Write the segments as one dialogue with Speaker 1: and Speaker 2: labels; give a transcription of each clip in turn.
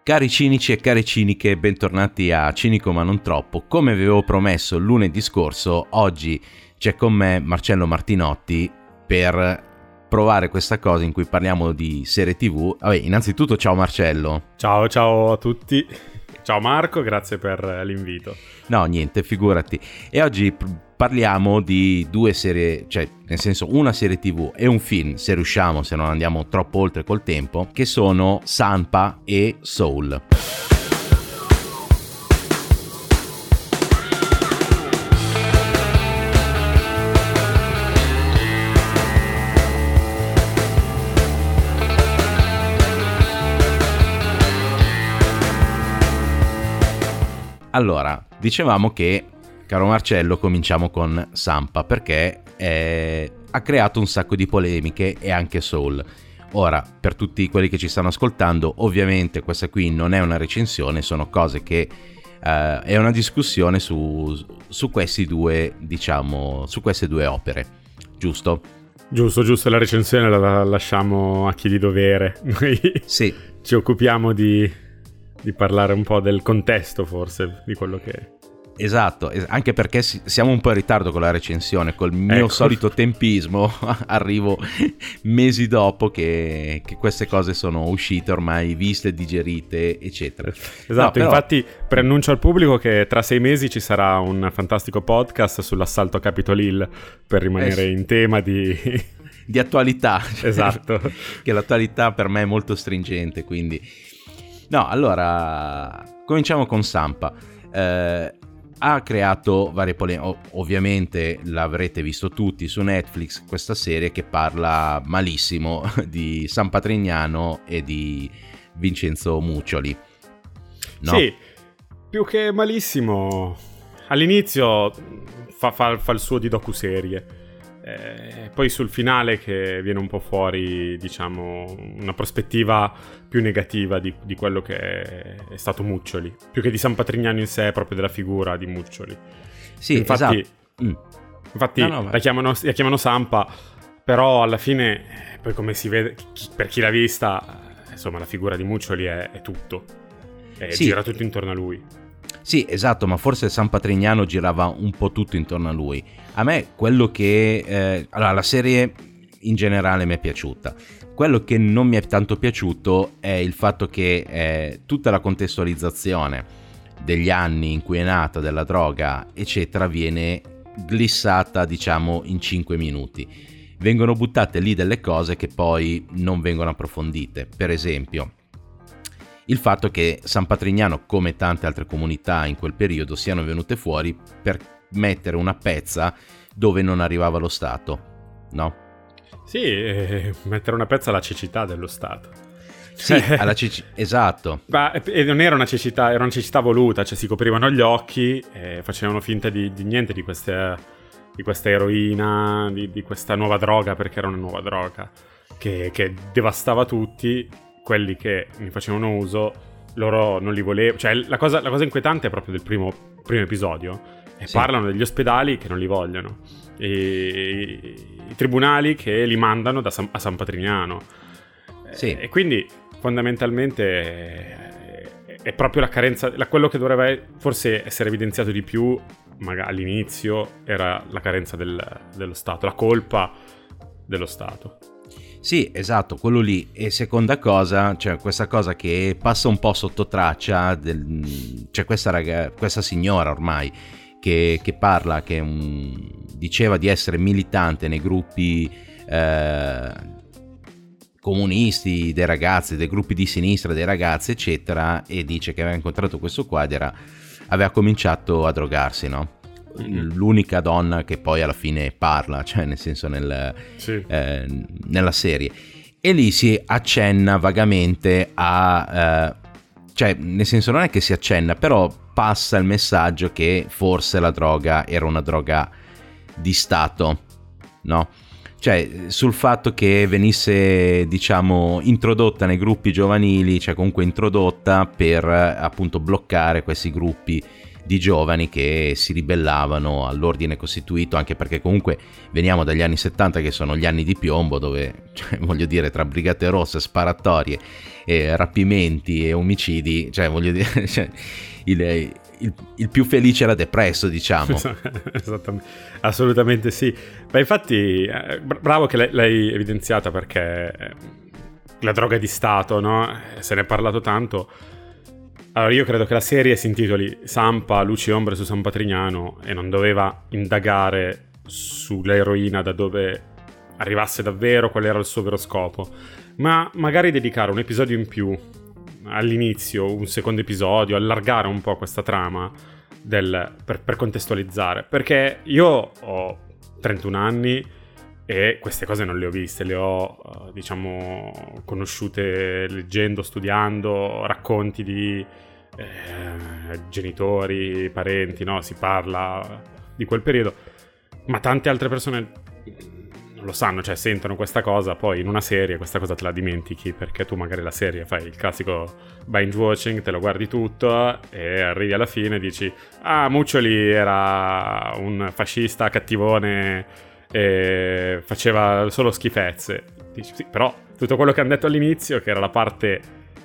Speaker 1: Cari cinici e cari ciniche, bentornati a Cinico ma non troppo. Come vi avevo promesso lunedì scorso, oggi c'è con me Marcello Martinotti per provare questa cosa in cui parliamo di serie TV. Vabbè, innanzitutto ciao Marcello.
Speaker 2: Ciao a tutti. Ciao Marco, grazie per l'invito.
Speaker 1: No, niente, figurati. E oggi parliamo di due serie, cioè nel senso una serie TV e un film, se riusciamo, se non andiamo troppo oltre col tempo, che sono Sampa e Soul. Allora, dicevamo che, caro Marcello, cominciamo con Sampa perché ha creato un sacco di polemiche e anche Soul. Ora, per tutti quelli che ci stanno ascoltando, ovviamente questa qui non è una recensione, sono cose che è una discussione su questi due, diciamo, su queste due opere, giusto?
Speaker 2: Giusto, la recensione la lasciamo a chi di dovere. Noi
Speaker 1: sì.
Speaker 2: Ci occupiamo di parlare un po' del contesto, forse, di quello che è.
Speaker 1: Esatto, anche perché siamo un po' in ritardo con la recensione, col mio solito tempismo arrivo mesi dopo che queste cose sono uscite, ormai viste, digerite, eccetera.
Speaker 2: Esatto, no, però... infatti preannuncio al pubblico che tra 6 mesi ci sarà un fantastico podcast sull'assalto a Capitol Hill, per rimanere in tema di
Speaker 1: attualità.
Speaker 2: Esatto.
Speaker 1: Che l'attualità per me è molto stringente, quindi... No, allora, cominciamo con Sampa. Ha creato varie polemiche, ovviamente l'avrete visto tutti su Netflix, questa serie che parla malissimo di San Patrignano e di Vincenzo Muccioli. No?
Speaker 2: Sì, più che malissimo, all'inizio fa il suo di docuserie. Poi sul finale che viene un po' fuori, diciamo, una prospettiva più negativa di quello che è stato Muccioli, più che di San Patrignano in sé, proprio della figura di Muccioli.
Speaker 1: Sì, infatti, esatto.
Speaker 2: Infatti la chiamano Sampa, però alla fine, poi come si vede, per chi l'ha vista, insomma, la figura di Muccioli è tutto, gira tutto intorno a lui.
Speaker 1: Sì, esatto, ma forse San Patrignano girava un po' tutto intorno a lui. A me quello che... allora, la serie in generale mi è piaciuta. Quello che non mi è tanto piaciuto è il fatto che tutta la contestualizzazione degli anni in cui è nata, della droga, eccetera, viene glissata, diciamo, in 5 minuti. Vengono buttate lì delle cose che poi non vengono approfondite. Per esempio... il fatto che San Patrignano, come tante altre comunità in quel periodo, siano venute fuori per mettere una pezza dove non arrivava lo Stato, no?
Speaker 2: Sì, mettere una pezza alla cecità dello Stato.
Speaker 1: Sì, alla esatto.
Speaker 2: E non era una cecità, era una cecità voluta, cioè si coprivano gli occhi e facevano finta di niente, di questa eroina, di questa nuova droga, perché era una nuova droga che devastava tutti. Quelli che ne facevano uso, loro non li volevano. Cioè, la cosa inquietante è proprio del primo episodio. E sì. Parlano degli ospedali che non li vogliono, e i tribunali che li mandano a San Patrignano.
Speaker 1: Sì.
Speaker 2: E quindi, fondamentalmente, è proprio la carenza. Quello che dovrebbe forse essere evidenziato di più, magari all'inizio, era la carenza dello Stato, la colpa dello Stato.
Speaker 1: Sì, esatto, quello lì. E seconda cosa, cioè questa cosa che passa un po' sotto traccia, c'è questa signora ormai che parla, che diceva di essere militante nei gruppi comunisti dei ragazzi, dei gruppi di sinistra dei ragazzi, eccetera, e dice che aveva incontrato questo qua ed aveva cominciato a drogarsi, no? L'unica donna che poi alla fine parla, cioè nel senso nella serie, e lì si accenna vagamente a cioè nel senso non è che si accenna, però passa il messaggio che forse la droga era una droga di Stato, no? Cioè sul fatto che venisse, diciamo, introdotta nei gruppi giovanili, cioè comunque introdotta per appunto bloccare questi gruppi di giovani che si ribellavano all'ordine costituito, anche perché comunque veniamo dagli anni 70 che sono gli anni di piombo, dove, cioè, voglio dire, tra brigate rosse, sparatorie, rapimenti e omicidi, cioè voglio dire, cioè, il più felice era depresso, diciamo.
Speaker 2: Esattamente, assolutamente sì. Ma infatti bravo che l'hai evidenziata, perché la droga di Stato, no? Se ne è parlato tanto. Allora io credo che la serie si intitoli Sampa, luci e ombre su San Patrignano, e non doveva indagare sull'eroina, da dove arrivasse davvero, qual era il suo vero scopo, ma magari dedicare un episodio in più all'inizio, un secondo episodio, allargare un po' questa trama per contestualizzare, perché io ho 31 anni e queste cose non le ho viste, le ho diciamo conosciute leggendo, studiando racconti di genitori, parenti, no? Si parla di quel periodo, ma tante altre persone non lo sanno, cioè sentono questa cosa, poi in una serie questa cosa te la dimentichi, perché tu magari la serie fai il classico binge watching, te lo guardi tutto e arrivi alla fine e dici Muccioli era un fascista cattivone e faceva solo schifezze. Dici, sì, però tutto quello che hanno detto all'inizio, che era la parte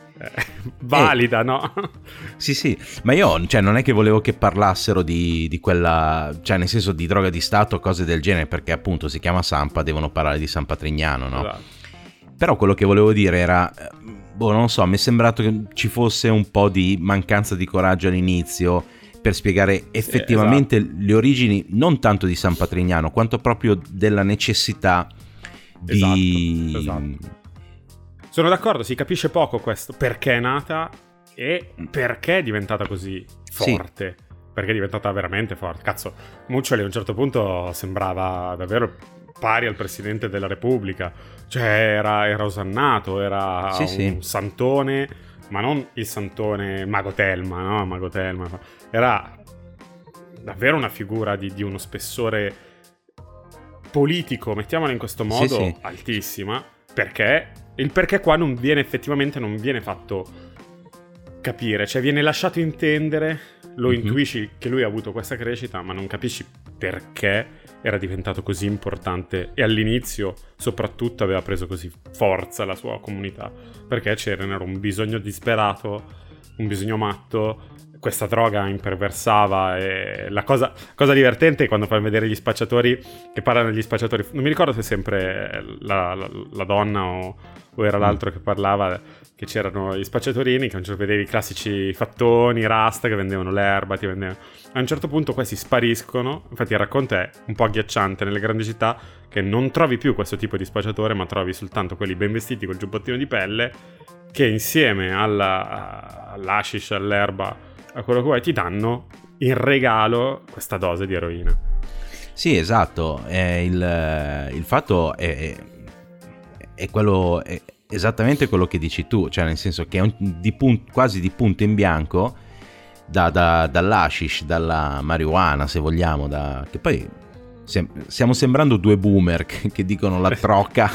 Speaker 2: valida, no?
Speaker 1: Sì, ma io, cioè, non è che volevo che parlassero di quella, cioè nel senso di droga di Stato o cose del genere, perché appunto si chiama Sampa, devono parlare di San Patrignano, no? Esatto. Però quello che volevo dire era, non so, mi è sembrato che ci fosse un po' di mancanza di coraggio all'inizio per spiegare effettivamente esatto. Le origini non tanto di San Patrignano quanto proprio della necessità di...
Speaker 2: Esatto. Sono d'accordo, si capisce poco questo, perché è nata e perché è diventata così forte. Sì. Perché è diventata veramente forte. Cazzo, Muccioli a un certo punto sembrava davvero pari al Presidente della Repubblica. Cioè era osannato, era un santone, ma non il santone Mago Telma, no? Mago Telma. Era davvero una figura di uno spessore politico, mettiamola in questo modo, altissima, perché il perché qua non viene fatto capire, cioè viene lasciato intendere, lo intuisci che lui ha avuto questa crescita, ma non capisci perché era diventato così importante e all'inizio soprattutto aveva preso così forza la sua comunità, perché c'era un bisogno disperato, un bisogno matto. Questa droga imperversava, e la cosa divertente è quando fanno vedere gli spacciatori che parlano degli spacciatori. Non mi ricordo se è sempre la donna o era l'altro che parlava, che c'erano gli spacciatorini che a un certo vedevi i classici fattoni, rasta che vendevano l'erba, a un certo punto questi spariscono. Infatti il racconto è un po' agghiacciante. Nelle grandi città che non trovi più questo tipo di spacciatore, ma trovi soltanto quelli ben vestiti col giubbottino di pelle, che insieme all'hashish, all'erba, a quello che vuoi, ti danno in regalo questa dose di eroina.
Speaker 1: Sì, esatto. Il fatto è quello, è esattamente quello che dici tu, cioè nel senso che è quasi di punto in bianco dall'hashish, dalla marijuana, se vogliamo, che poi stiamo sembrando due boomer che dicono la trocca.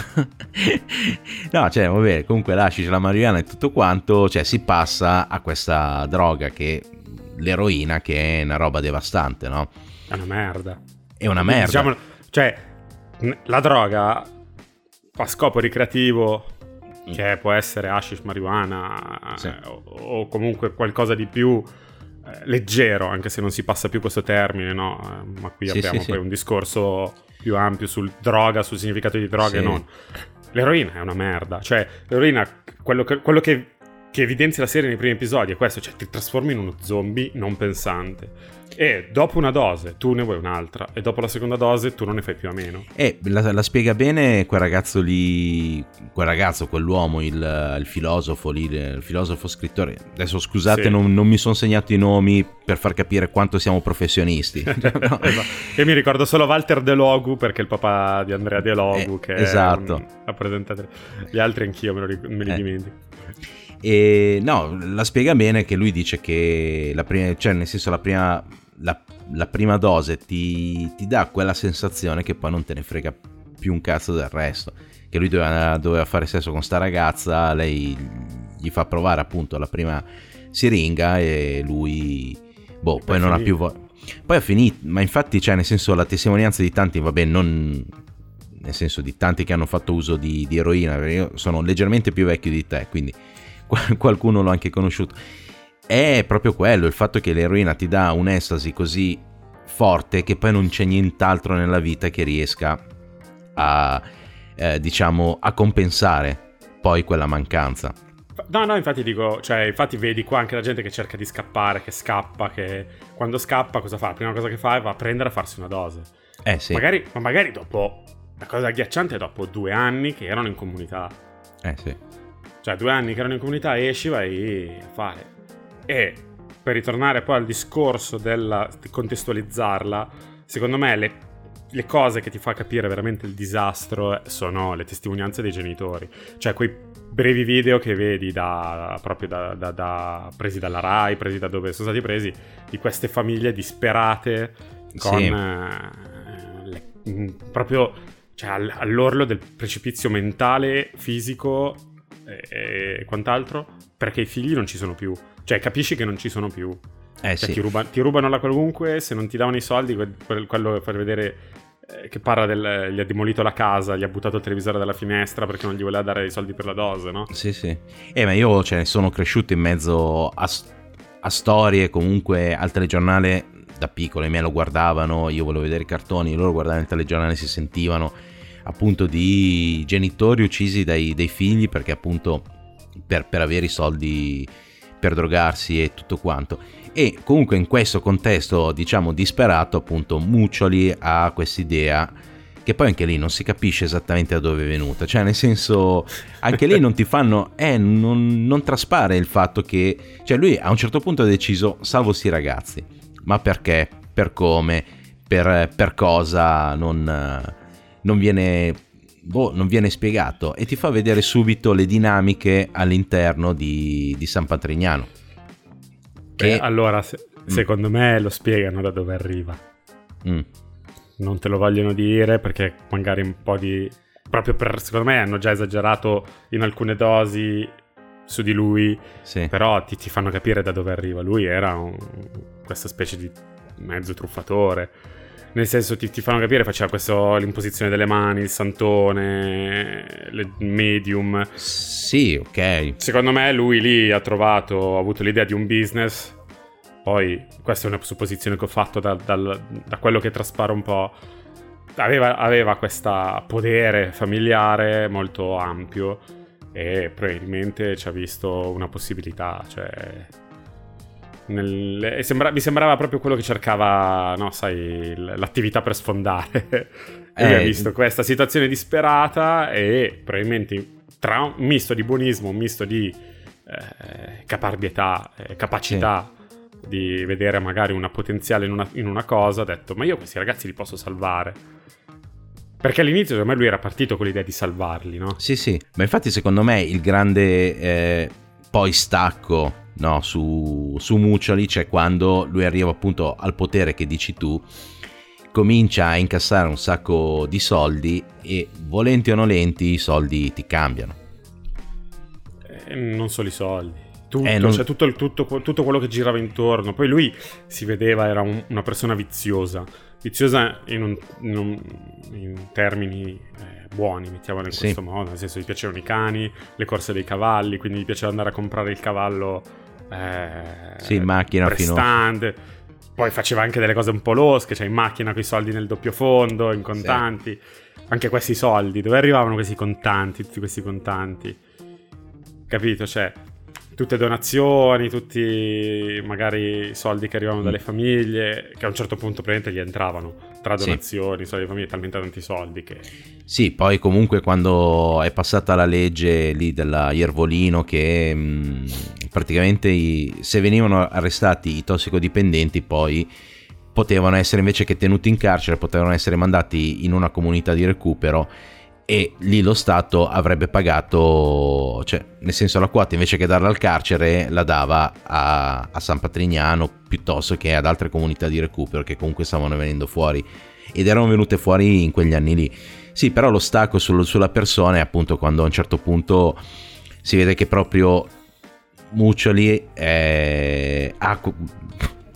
Speaker 1: No, cioè vabbè, comunque l'hashish, la marijuana e tutto quanto, cioè si passa a questa droga che l'eroina, che è una roba devastante, no?
Speaker 2: È una merda.
Speaker 1: È una merda.
Speaker 2: Diciamo, cioè la droga a scopo ricreativo, che può essere hashish, marijuana, o comunque qualcosa di più leggero, anche se non si passa più questo termine, no? Ma qui abbiamo poi un discorso più ampio sul droga, sul significato di droga, non. L'eroina è una merda, cioè l'eroina, quello che evidenzia la serie nei primi episodi è questo, cioè ti trasformi in uno zombie non pensante, e dopo una dose tu ne vuoi un'altra, e dopo la seconda dose tu non ne fai più a meno.
Speaker 1: E la spiega bene quel ragazzo lì, quell'uomo, il filosofo lì, il filosofo scrittore. Adesso scusate, non mi sono segnato i nomi per far capire quanto siamo professionisti. No.
Speaker 2: Io mi ricordo solo Walter De Logu, perché è il papà di Andrea De Logu, che
Speaker 1: esatto,
Speaker 2: ha presentato. Gli altri anch'io me li dimentico.
Speaker 1: E no, la spiega bene, che lui dice che la prima dose ti dà quella sensazione che poi non te ne frega più un cazzo del resto, che lui doveva fare sesso con sta ragazza, lei gli fa provare appunto la prima siringa e lui boh, poi non ha più poi ha finito, ma infatti, cioè, nel senso, la testimonianza di tanti, vabbè, non nel senso di tanti che hanno fatto uso di eroina, perché io sono leggermente più vecchio di te, quindi qualcuno l'ho anche conosciuto, è proprio quello, il fatto che l'eroina ti dà un'estasi così forte che poi non c'è nient'altro nella vita che riesca a diciamo a compensare poi quella mancanza.
Speaker 2: No, infatti dico, cioè, infatti vedi qua anche la gente che cerca di scappare, che scappa, che quando scappa cosa fa? La prima cosa che fa è va a prendere a farsi una dose.
Speaker 1: Sì.
Speaker 2: Magari dopo, la cosa agghiacciante è dopo 2 anni che erano in comunità.
Speaker 1: Sì.
Speaker 2: Cioè 2 anni che erano in comunità, esci, vai a fare. E per ritornare poi al discorso di contestualizzarla, secondo me le cose che ti fa capire veramente il disastro sono le testimonianze dei genitori. Cioè quei brevi video che vedi proprio da presi dalla Rai, presi da dove sono stati presi, di queste famiglie disperate con proprio, cioè, all'orlo del precipizio mentale, fisico e quant'altro, perché i figli non ci sono più. Cioè capisci che non ci sono più. Cioè,
Speaker 1: sì.
Speaker 2: ti rubano la qualunque, se non ti davano i soldi, quello per vedere che parla gli ha demolito la casa, gli ha buttato il televisore dalla finestra perché non gli voleva dare i soldi per la dose, no?
Speaker 1: Sì. Ma io, cioè, sono cresciuto in mezzo a storie, comunque al telegiornale da piccolo, i miei lo guardavano, io volevo vedere i cartoni, loro guardavano il telegiornale, si sentivano appunto di genitori uccisi dai figli perché appunto per avere i soldi per drogarsi e tutto quanto. E comunque in questo contesto, diciamo, disperato, appunto Muccioli ha quest'idea che poi anche lì non si capisce esattamente da dove è venuta, cioè nel senso anche lì non ti fanno non traspare il fatto che, cioè lui a un certo punto ha deciso salvo sti ragazzi, ma perché, per come, per cosa non viene spiegato, e ti fa vedere subito le dinamiche all'interno di San Patrignano. Che
Speaker 2: allora secondo me lo spiegano da dove arriva. Non te lo vogliono dire perché magari un po' di... proprio secondo me hanno già esagerato in alcune dosi su di lui,
Speaker 1: sì.
Speaker 2: Però ti fanno capire da dove arriva. Lui era questa specie di mezzo truffatore. Nel senso ti fanno capire, faceva l'imposizione delle mani, il santone, il medium.
Speaker 1: Sì, ok.
Speaker 2: Secondo me lui lì ha avuto l'idea di un business. Poi questa è una supposizione che ho fatto da quello che traspara un po'. Aveva questo potere familiare molto ampio e probabilmente ci ha visto una possibilità, cioè... mi sembrava proprio quello che cercava, no, sai, l'attività per sfondare. E lui ha visto questa situazione disperata e probabilmente tra un misto di buonismo, un misto di caparbietà, capacità di vedere magari una potenziale in una cosa, ha detto ma io questi ragazzi li posso salvare. Perché all'inizio secondo me lui era partito con l'idea di salvarli, no?
Speaker 1: Sì, ma infatti secondo me il grande poi stacco, no, su Muccioli c'è quando lui arriva appunto al potere che dici tu, comincia a incassare un sacco di soldi e volenti o nolenti i soldi ti cambiano.
Speaker 2: Non solo i soldi, cioè tutto quello che girava intorno. Poi lui si vedeva era una persona viziosa in termini buoni, mettiamolo in questo modo, nel senso gli piacevano i cani, le corse dei cavalli, quindi gli piaceva andare a comprare il cavallo
Speaker 1: in macchina
Speaker 2: prestante. Poi faceva anche delle cose un po' losche, cioè in macchina con i soldi nel doppio fondo, in contanti. Anche questi soldi, dove arrivavano questi contanti, tutti questi contanti? Capito? Cioè, tutte donazioni, tutti magari soldi che arrivavano dalle famiglie, che a un certo punto praticamente gli entravano tra donazioni, soldi di famiglia, talmente tanti soldi che...
Speaker 1: Sì, poi comunque quando è passata la legge lì della Iervolino che praticamente se venivano arrestati i tossicodipendenti poi potevano essere, invece che tenuti in carcere, potevano essere mandati in una comunità di recupero e lì lo Stato avrebbe pagato, cioè nel senso la quota invece che darla al carcere la dava a San Patrignano piuttosto che ad altre comunità di recupero che comunque stavano venendo fuori ed erano venute fuori in quegli anni lì. Sì, però lo stacco sulla persona è appunto quando a un certo punto si vede che proprio Muccioli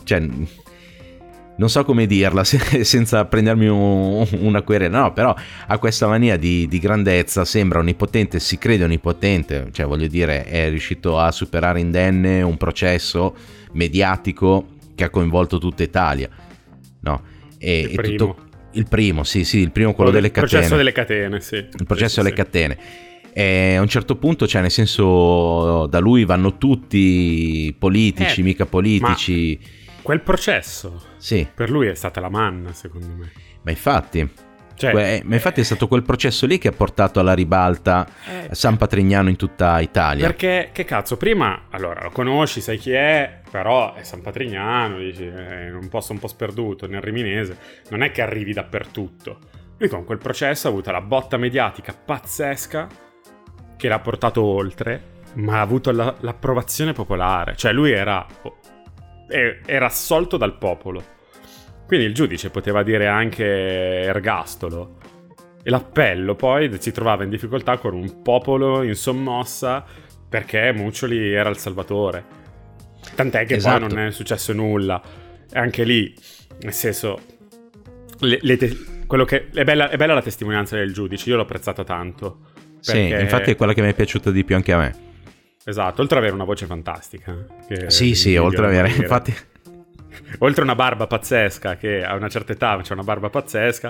Speaker 1: cioè, non so come dirla senza prendermi una querela, no, però ha questa mania di grandezza, sembra onnipotente, si crede onnipotente, cioè voglio dire, è riuscito a superare indenne un processo mediatico che ha coinvolto tutta Italia, no? E tutto il primo, sì, il primo, quello delle catene.
Speaker 2: Il processo delle catene, sì.
Speaker 1: Il processo delle catene. E a un certo punto, cioè nel senso, da lui vanno tutti politici, mica politici.
Speaker 2: Ma quel processo,
Speaker 1: sì,
Speaker 2: per lui è stata la manna, secondo me.
Speaker 1: Ma infatti, è stato quel processo lì che ha portato alla ribalta San Patrignano in tutta Italia.
Speaker 2: Perché, che cazzo, prima, allora, lo conosci, sai chi è, però è San Patrignano, dici, in un posto un po' sperduto, nel Riminese, non è che arrivi dappertutto. Lui con quel processo ha avuto la botta mediatica pazzesca, che l'ha portato oltre, ma ha avuto l'approvazione popolare. Cioè lui era assolto dal popolo. Quindi il giudice poteva dire anche ergastolo. E l'appello poi si trovava in difficoltà con un popolo in sommossa perché Muccioli era il salvatore. Tant'è che poi non è successo nulla. E anche lì, nel senso, quello che è bella la testimonianza del giudice. Io l'ho apprezzata tanto.
Speaker 1: Perché... Sì, infatti è quella che mi è piaciuta di più anche a me.
Speaker 2: Esatto, oltre ad avere una voce fantastica.
Speaker 1: Sì, oltre ad avere, infatti...
Speaker 2: Oltre a una barba pazzesca, che a una certa età c'è una barba pazzesca,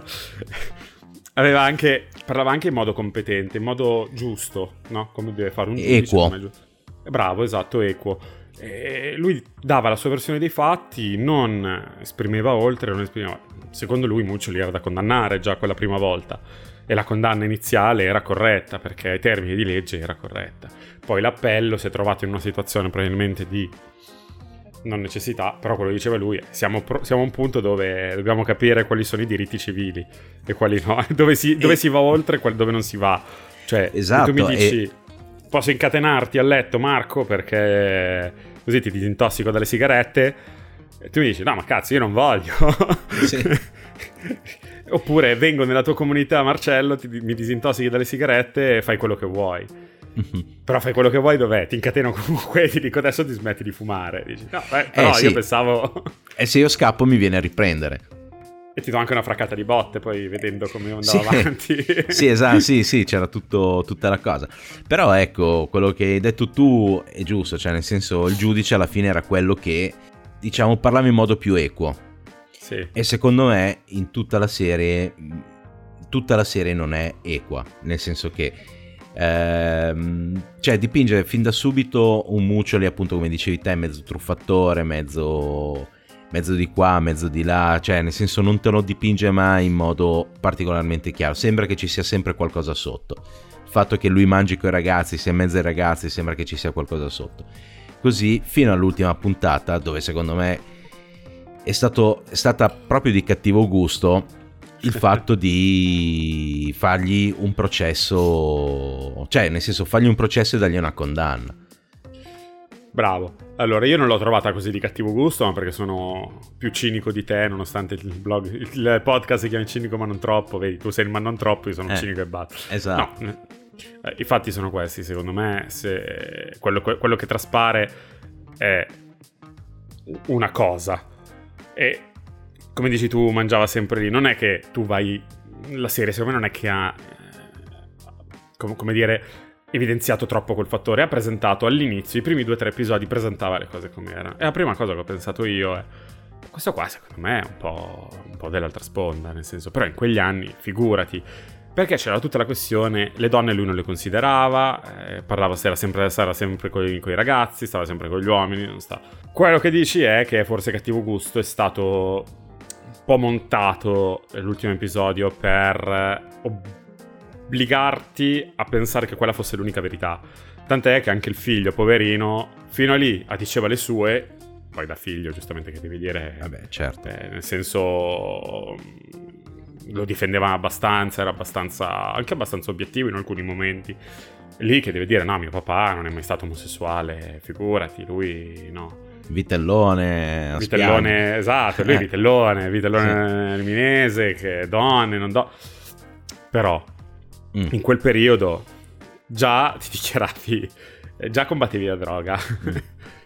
Speaker 2: parlava anche in modo competente, in modo giusto, no? Come deve fare un giudice.
Speaker 1: Equo.
Speaker 2: Bravo, esatto, equo. E lui dava la sua versione dei fatti, non esprimeva oltre, non esprimeva... Secondo lui Muccioli era da condannare già quella prima volta. E la condanna iniziale era corretta, perché ai termini di legge era corretta. Poi l'appello si è trovato in una situazione probabilmente di non necessità, però quello che diceva lui, siamo a un punto dove dobbiamo capire quali sono i diritti civili e quali no, dove si va oltre e dove non si va. Cioè,
Speaker 1: esatto,
Speaker 2: tu mi dici, posso incatenarti a letto, Marco, perché così ti disintossico dalle sigarette, e tu mi dici, no, ma cazzo, io non voglio. Sì. Oppure vengo nella tua comunità, Marcello, mi disintossichi dalle sigarette e fai quello che vuoi. Però fai quello che vuoi, dov'è? Ti incateno comunque e ti dico adesso ti smetti di fumare. Dici, no, però
Speaker 1: sì.
Speaker 2: Io pensavo...
Speaker 1: E se io scappo mi viene a riprendere.
Speaker 2: E ti do anche una fraccata di botte poi vedendo come andavo avanti.
Speaker 1: Sì, esatto, sì, c'era tutta la cosa. Però ecco, quello che hai detto tu è giusto, cioè nel senso il giudice alla fine era quello che, diciamo, parlava in modo più equo.
Speaker 2: Sì.
Speaker 1: E secondo me in tutta la serie non è equa, nel senso che cioè dipinge fin da subito un Muccioli, appunto come dicevi te, mezzo truffatore, mezzo di qua, mezzo di là, cioè nel senso non te lo dipinge mai in modo particolarmente chiaro, sembra che ci sia sempre qualcosa sotto. Il fatto che lui mangi coi ragazzi, sia in mezzo ai ragazzi, sembra che ci sia qualcosa sotto. Così fino all'ultima puntata, dove secondo me è stata proprio di cattivo gusto il fatto di fargli un processo, cioè nel senso fargli un processo e dargli una condanna.
Speaker 2: Bravo. Allora, io non l'ho trovata così di cattivo gusto, ma perché sono più cinico di te, nonostante il podcast si chiami Cinico ma non troppo, vedi, tu sei il ma non troppo, io sono cinico e basta.
Speaker 1: Esatto.
Speaker 2: No, i fatti sono questi, secondo me, quello che traspare è una cosa. E come dici tu, mangiava sempre lì. Non è che tu vai... La serie secondo me non è che ha come dire, evidenziato troppo quel fattore. Ha presentato all'inizio, i primi 2 o 3 episodi presentava le cose come erano. E la prima cosa che ho pensato io è: questo qua secondo me è un po' dell'altra sponda, nel senso, però in quegli anni, figurati, perché c'era tutta la questione, le donne lui non le considerava, stava sempre con i ragazzi, stava sempre con gli uomini, non sta. Quello che dici è che forse cattivo gusto è stato un po' montato l'ultimo episodio per obbligarti a pensare che quella fosse l'unica verità. Tant'è che anche il figlio, poverino, fino a lì diceva le sue, poi da figlio giustamente che devi dire...
Speaker 1: Vabbè, certo.
Speaker 2: Nel senso... lo difendeva abbastanza, era anche abbastanza obiettivo in alcuni momenti. Lì che deve dire: no, mio papà non è mai stato omosessuale, figurati, lui no.
Speaker 1: Vitellone,
Speaker 2: esatto, lui Vitellone riminese, che donne, non però in quel periodo già ti dichiaravi, già combattevi la droga.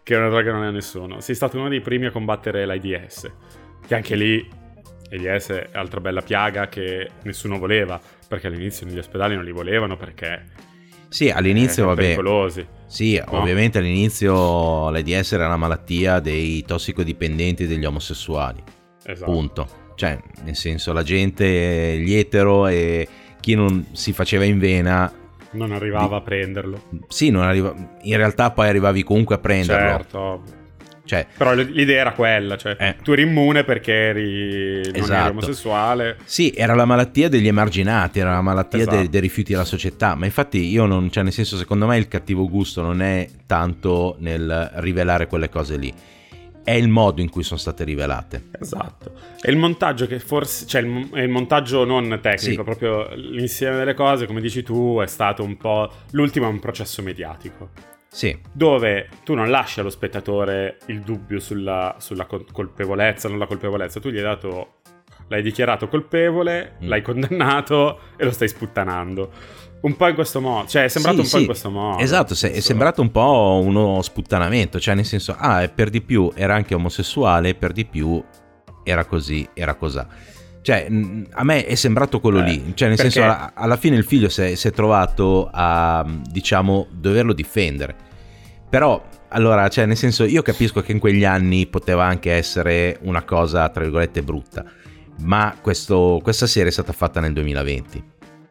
Speaker 2: che è una droga che non è a nessuno. Sei stato uno dei primi a combattere l'AIDS, che anche lì l'AIDS è altra bella piaga che nessuno voleva, perché all'inizio negli ospedali non li volevano perché
Speaker 1: sì, all'inizio vabbè,
Speaker 2: pericolosi.
Speaker 1: Sì, no? Ovviamente all'inizio l'AIDS era una malattia dei tossicodipendenti e degli omosessuali. Esatto. Punto. Cioè, nel senso, la gente, gli etero e chi non si faceva in vena
Speaker 2: non arrivava a prenderlo.
Speaker 1: Sì, non arriva. In realtà poi arrivavi comunque a prenderlo.
Speaker 2: Certo, ovvio.
Speaker 1: Cioè,
Speaker 2: però l'idea era quella, cioè tu eri immune perché non eri omosessuale.
Speaker 1: Sì, era la malattia degli emarginati, era la malattia dei rifiuti della società. Ma infatti io non, cioè nel senso, secondo me il cattivo gusto non è tanto nel rivelare quelle cose lì, è il modo in cui sono state rivelate.
Speaker 2: Esatto. E il montaggio che forse, cioè il montaggio non tecnico, proprio l'insieme delle cose, come dici tu, è stato un po', l'ultimo è un processo mediatico.
Speaker 1: Sì.
Speaker 2: Dove tu non lasci allo spettatore il dubbio sulla colpevolezza, non la colpevolezza, tu gli hai dato, l'hai dichiarato colpevole, l'hai condannato e lo stai sputtanando. Un po' in questo modo, cioè è sembrato in questo modo.
Speaker 1: Esatto, è sembrato un po' uno sputtanamento, cioè nel senso, per di più era anche omosessuale, per di più era così, era cosà. Cioè, a me è sembrato quello lì, cioè nel senso, alla fine il figlio si è trovato a, diciamo, doverlo difendere. Però, allora, cioè nel senso, io capisco che in quegli anni poteva anche essere una cosa, tra virgolette, brutta, ma questa serie è stata fatta nel 2020.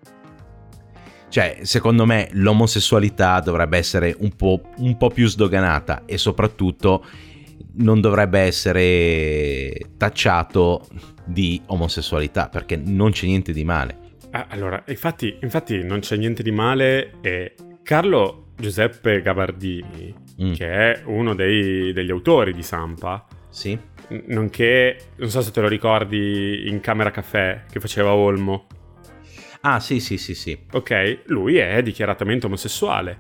Speaker 1: Cioè, secondo me l'omosessualità dovrebbe essere un po' più sdoganata e soprattutto non dovrebbe essere tacciato di omosessualità, perché non c'è niente di male.
Speaker 2: Allora, infatti non c'è niente di male, e Carlo Giuseppe Gabardini, che è uno degli autori di Sampa,
Speaker 1: sì,
Speaker 2: nonché, non so se te lo ricordi, in Camera Caffè, che faceva Olmo.
Speaker 1: Ah, sì.
Speaker 2: Ok, lui è dichiaratamente omosessuale.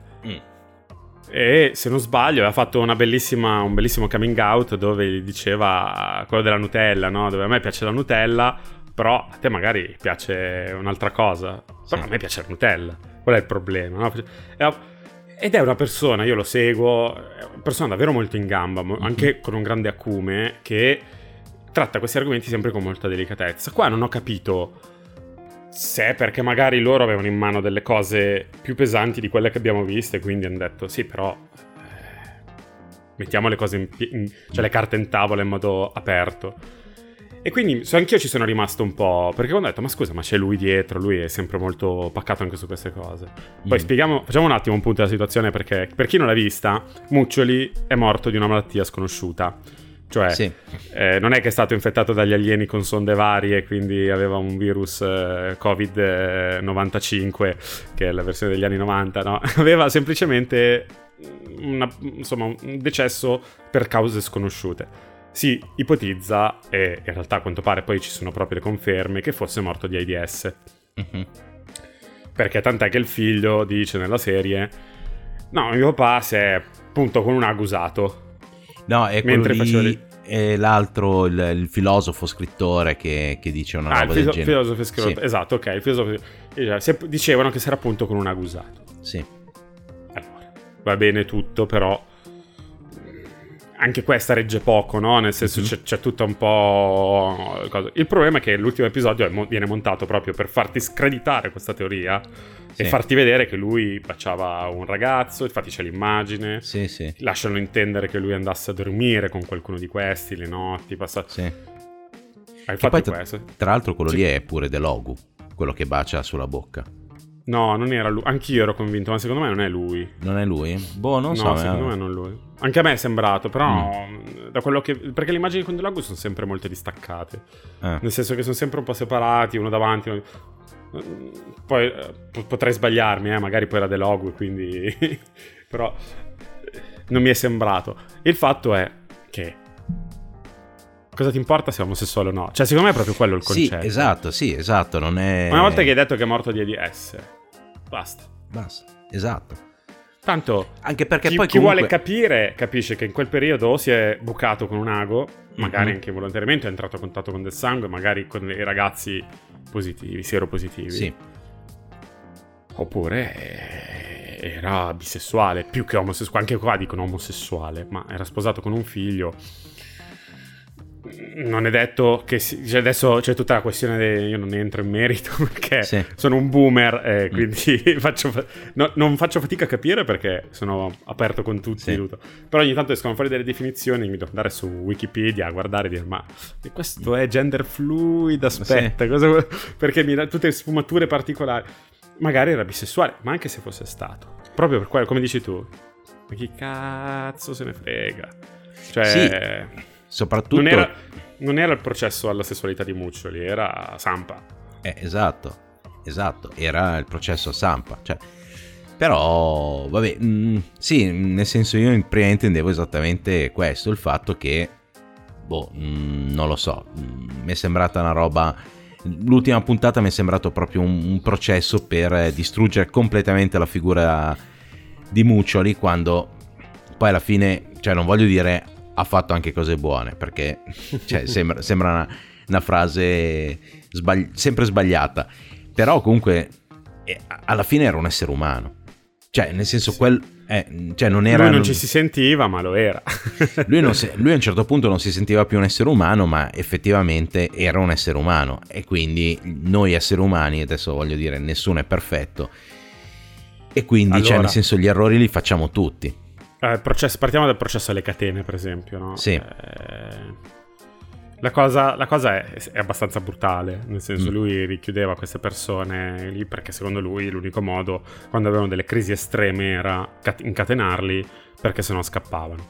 Speaker 2: E se non sbaglio aveva fatto un bellissimo coming out dove gli diceva quello della Nutella, no? Dove a me piace la Nutella, però a te magari piace un'altra cosa. Però a me piace la Nutella. Qual è il problema, no? Ed è una persona, io lo seguo, è una persona davvero molto in gamba, anche con un grande acume, che tratta questi argomenti sempre con molta delicatezza. Qua non ho capito se è perché magari loro avevano in mano delle cose più pesanti di quelle che abbiamo viste, quindi hanno detto sì, però mettiamo le cose cioè le carte in tavola in modo aperto. E quindi anch'io ci sono rimasto un po', perché ho detto ma scusa, ma c'è lui dietro, lui è sempre molto paccato anche su queste cose. Poi facciamo un attimo un punto della situazione, perché per chi non l'ha vista, Muccioli è morto di una malattia sconosciuta. Cioè, non è che è stato infettato dagli alieni con sonde varie, quindi aveva un virus Covid-95, che è la versione degli anni 90, no? Aveva semplicemente un decesso per cause sconosciute. Si ipotizza, e in realtà a quanto pare poi ci sono proprio le conferme, che fosse morto di AIDS. Perché tant'è che il figlio dice nella serie: no, mio papà si è appunto con un agusato. No, è
Speaker 1: quello lì, è l'altro, il filosofo scrittore che dice una roba del genere.
Speaker 2: Filosofo scrittore, sì. Esatto, ok, il filosofo, dicevano che si era appunto con un agusato.
Speaker 1: Sì.
Speaker 2: Allora, va bene tutto, però anche questa regge poco, no? Nel senso c'è tutta un po' cosa. Il problema è che l'ultimo episodio viene montato proprio per farti screditare questa teoria e farti vedere che lui baciava un ragazzo, infatti c'è l'immagine, lasciano intendere che lui andasse a dormire con qualcuno di questi le notti, Hai fatto questo?
Speaker 1: Tra l'altro quello lì è pure Delogu, quello che bacia sulla bocca.
Speaker 2: No, non era lui. Anch'io ero convinto, ma secondo me non è lui.
Speaker 1: Non è lui? Boh, non so.
Speaker 2: No, secondo me non è lui. Anche a me è sembrato, però da quello che... Perché le immagini con Delogu sono sempre molto distaccate. Nel senso che sono sempre un po' separati, uno davanti, poi potrei sbagliarmi, magari poi era Delogu, quindi... però non mi è sembrato. Il fatto è che... cosa ti importa se è omosessuale o no? Cioè, secondo me è proprio quello il concetto.
Speaker 1: Sì, esatto, non è...
Speaker 2: Una volta che hai detto che è morto di AIDS, basta,
Speaker 1: esatto.
Speaker 2: Tanto,
Speaker 1: anche perché
Speaker 2: chi
Speaker 1: comunque...
Speaker 2: vuole capire, capisce che in quel periodo si è bucato con un ago, magari anche involontariamente, è entrato a contatto con del sangue, magari con dei ragazzi positivi, sieropositivi.
Speaker 1: Sì.
Speaker 2: Oppure era bisessuale, più che omosessuale, anche qua dicono omosessuale, ma era sposato con un figlio. Non è detto che cioè adesso c'è tutta la questione io non entro in merito perché sono un boomer, quindi non faccio fatica a capire perché sono aperto con tutti, però ogni tanto escono fuori delle definizioni, mi devo andare su Wikipedia a guardare e dire ma questo è gender fluid, aspetta, cosa perché mi dà tutte sfumature particolari. Magari era bisessuale, ma anche se fosse stato, proprio per quello, come dici tu, ma chi cazzo se ne frega, cioè
Speaker 1: soprattutto
Speaker 2: non era il processo alla sessualità di Muccioli, era Sampa.
Speaker 1: Esatto, era il processo a Sampa, cioè. Però vabbè, sì, nel senso io prima intendevo esattamente questo, il fatto che non lo so, mi è sembrata una roba. L'ultima puntata mi è sembrato proprio un processo per distruggere completamente la figura di Muccioli, quando poi alla fine, cioè non voglio dire ha fatto anche cose buone, perché cioè, sembra una frase sempre sbagliata, però comunque alla fine era un essere umano, cioè nel senso cioè non era,
Speaker 2: lui non ci si sentiva ma lo era.
Speaker 1: lui a un certo punto non si sentiva più un essere umano, ma effettivamente era un essere umano, e quindi noi esseri umani, adesso voglio dire nessuno è perfetto, e quindi allora, cioè nel senso gli errori li facciamo tutti.
Speaker 2: Partiamo dal processo alle catene, per esempio, no?
Speaker 1: Sì.
Speaker 2: La cosa è abbastanza brutale, nel senso lui richiudeva queste persone lì perché secondo lui l'unico modo, quando avevano delle crisi estreme, era incatenarli, perché sennò scappavano.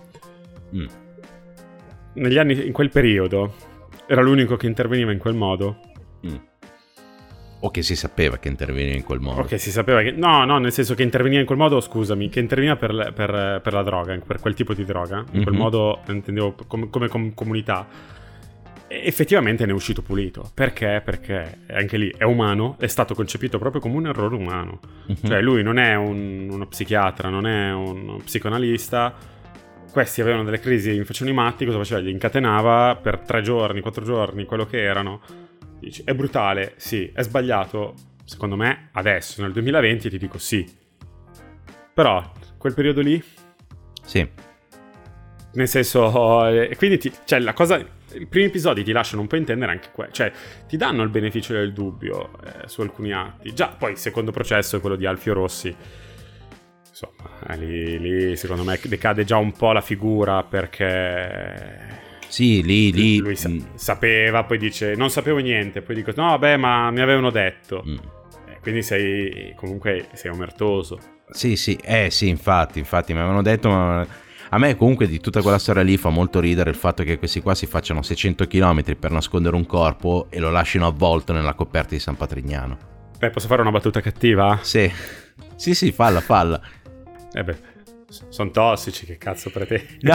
Speaker 2: Negli anni, in quel periodo, era l'unico che interveniva in quel modo.
Speaker 1: O che si sapeva che interveniva in quel modo.
Speaker 2: O che si sapeva che... No, nel senso che interveniva in quel modo, scusami, che interveniva per la droga, per quel tipo di droga. In quel modo, intendevo, come comunità. E effettivamente ne è uscito pulito. Perché? Perché anche lì è umano, è stato concepito proprio come un errore umano. Cioè lui non è uno psichiatra, non è uno psicoanalista. Questi avevano delle crisi, facevano i matti, cosa faceva? Li incatenava per 3 giorni, 4 giorni, quello che erano. Dici, è brutale, sì, è sbagliato, secondo me adesso nel 2020 ti dico sì, però quel periodo lì
Speaker 1: sì,
Speaker 2: nel senso, quindi cioè la cosa, i primi episodi ti lasciano un po' intendere anche cioè ti danno il beneficio del dubbio su alcuni atti. Già poi il secondo processo è quello di Alfio Rossi, insomma lì secondo me decade già un po' la figura, perché
Speaker 1: sì, lì
Speaker 2: lui sapeva, poi dice non sapevo niente, poi dico no vabbè ma mi avevano detto, quindi sei omertoso.
Speaker 1: Sì, infatti mi avevano detto, ma a me comunque di tutta quella storia lì fa molto ridere il fatto che questi qua si facciano 600 km per nascondere un corpo e lo lasciano avvolto nella coperta di San Patrignano.
Speaker 2: Beh, posso fare una battuta cattiva?
Speaker 1: Sì, falla.
Speaker 2: Sono tossici, che cazzo pretendi?
Speaker 1: No,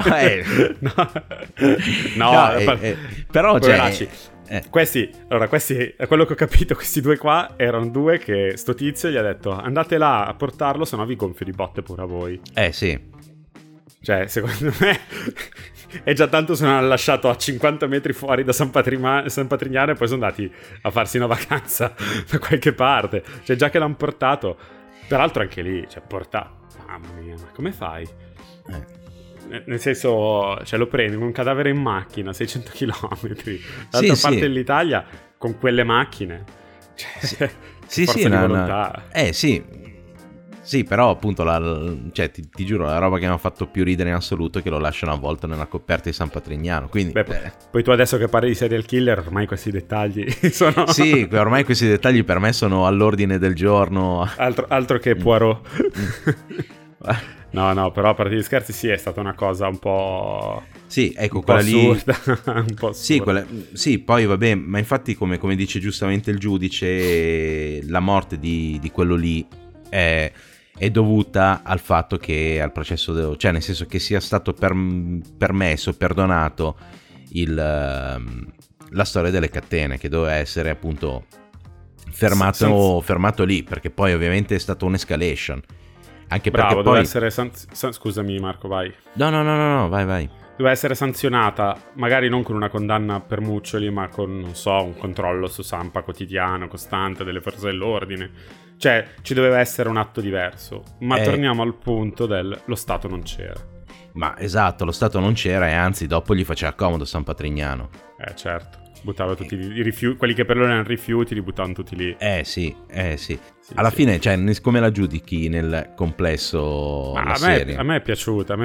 Speaker 1: però
Speaker 2: questi, a quello che ho capito, questi due qua erano due che sto tizio gli ha detto andate là a portarlo, sennò vi gonfio di botte pure a voi.
Speaker 1: Sì.
Speaker 2: Cioè, secondo me è già tanto se non hanno lasciato a 50 metri fuori da San Patrignano e poi sono andati a farsi una vacanza da qualche parte. Cioè, già che l'hanno portato, peraltro anche lì, cioè, mamma mia, ma come fai? Nel senso, cioè lo prendi con un cadavere in macchina 600 km dall'altra parte dell'Italia con quelle macchine, cioè, forza di volontà.
Speaker 1: Sì, però appunto cioè, ti giuro, la roba che mi ha fatto più ridere in assoluto è che lo lasciano avvolto nella coperta di San Patrignano. Quindi,
Speaker 2: poi tu adesso che parli di serial killer, ormai questi dettagli sono...
Speaker 1: Sì, ormai questi dettagli per me sono all'ordine del giorno.
Speaker 2: Altro che Poirot. No, però a parte gli scherzi sì, è stata una cosa un po'...
Speaker 1: Sì, ecco,
Speaker 2: quella
Speaker 1: assurda.
Speaker 2: Un po' assurda.
Speaker 1: Sì, poi vabbè, ma infatti come dice giustamente il giudice, la morte di quello lì è dovuta al fatto che al processo, cioè nel senso che sia stato permesso, perdonato la storia delle catene, che doveva essere appunto fermato lì, perché poi ovviamente è stata un'escalation. Anche
Speaker 2: bravo,
Speaker 1: perché poi
Speaker 2: doveva essere scusami Marco, vai.
Speaker 1: No, vai.
Speaker 2: Doveva essere sanzionata, magari non con una condanna per Muccioli, ma con, non so, un controllo su Sampa quotidiano, costante, delle forze dell'ordine. Cioè, ci doveva essere un atto diverso. Ma torniamo al punto lo Stato non c'era.
Speaker 1: Ma esatto, lo Stato non c'era e anzi dopo gli faceva comodo San Patrignano.
Speaker 2: Certo. Buttava tutti i rifiuti, quelli che per loro erano rifiuti li buttavano tutti lì.
Speaker 1: Sì. Alla fine, cioè, come la giudichi nel complesso la serie?
Speaker 2: A me è piaciuta,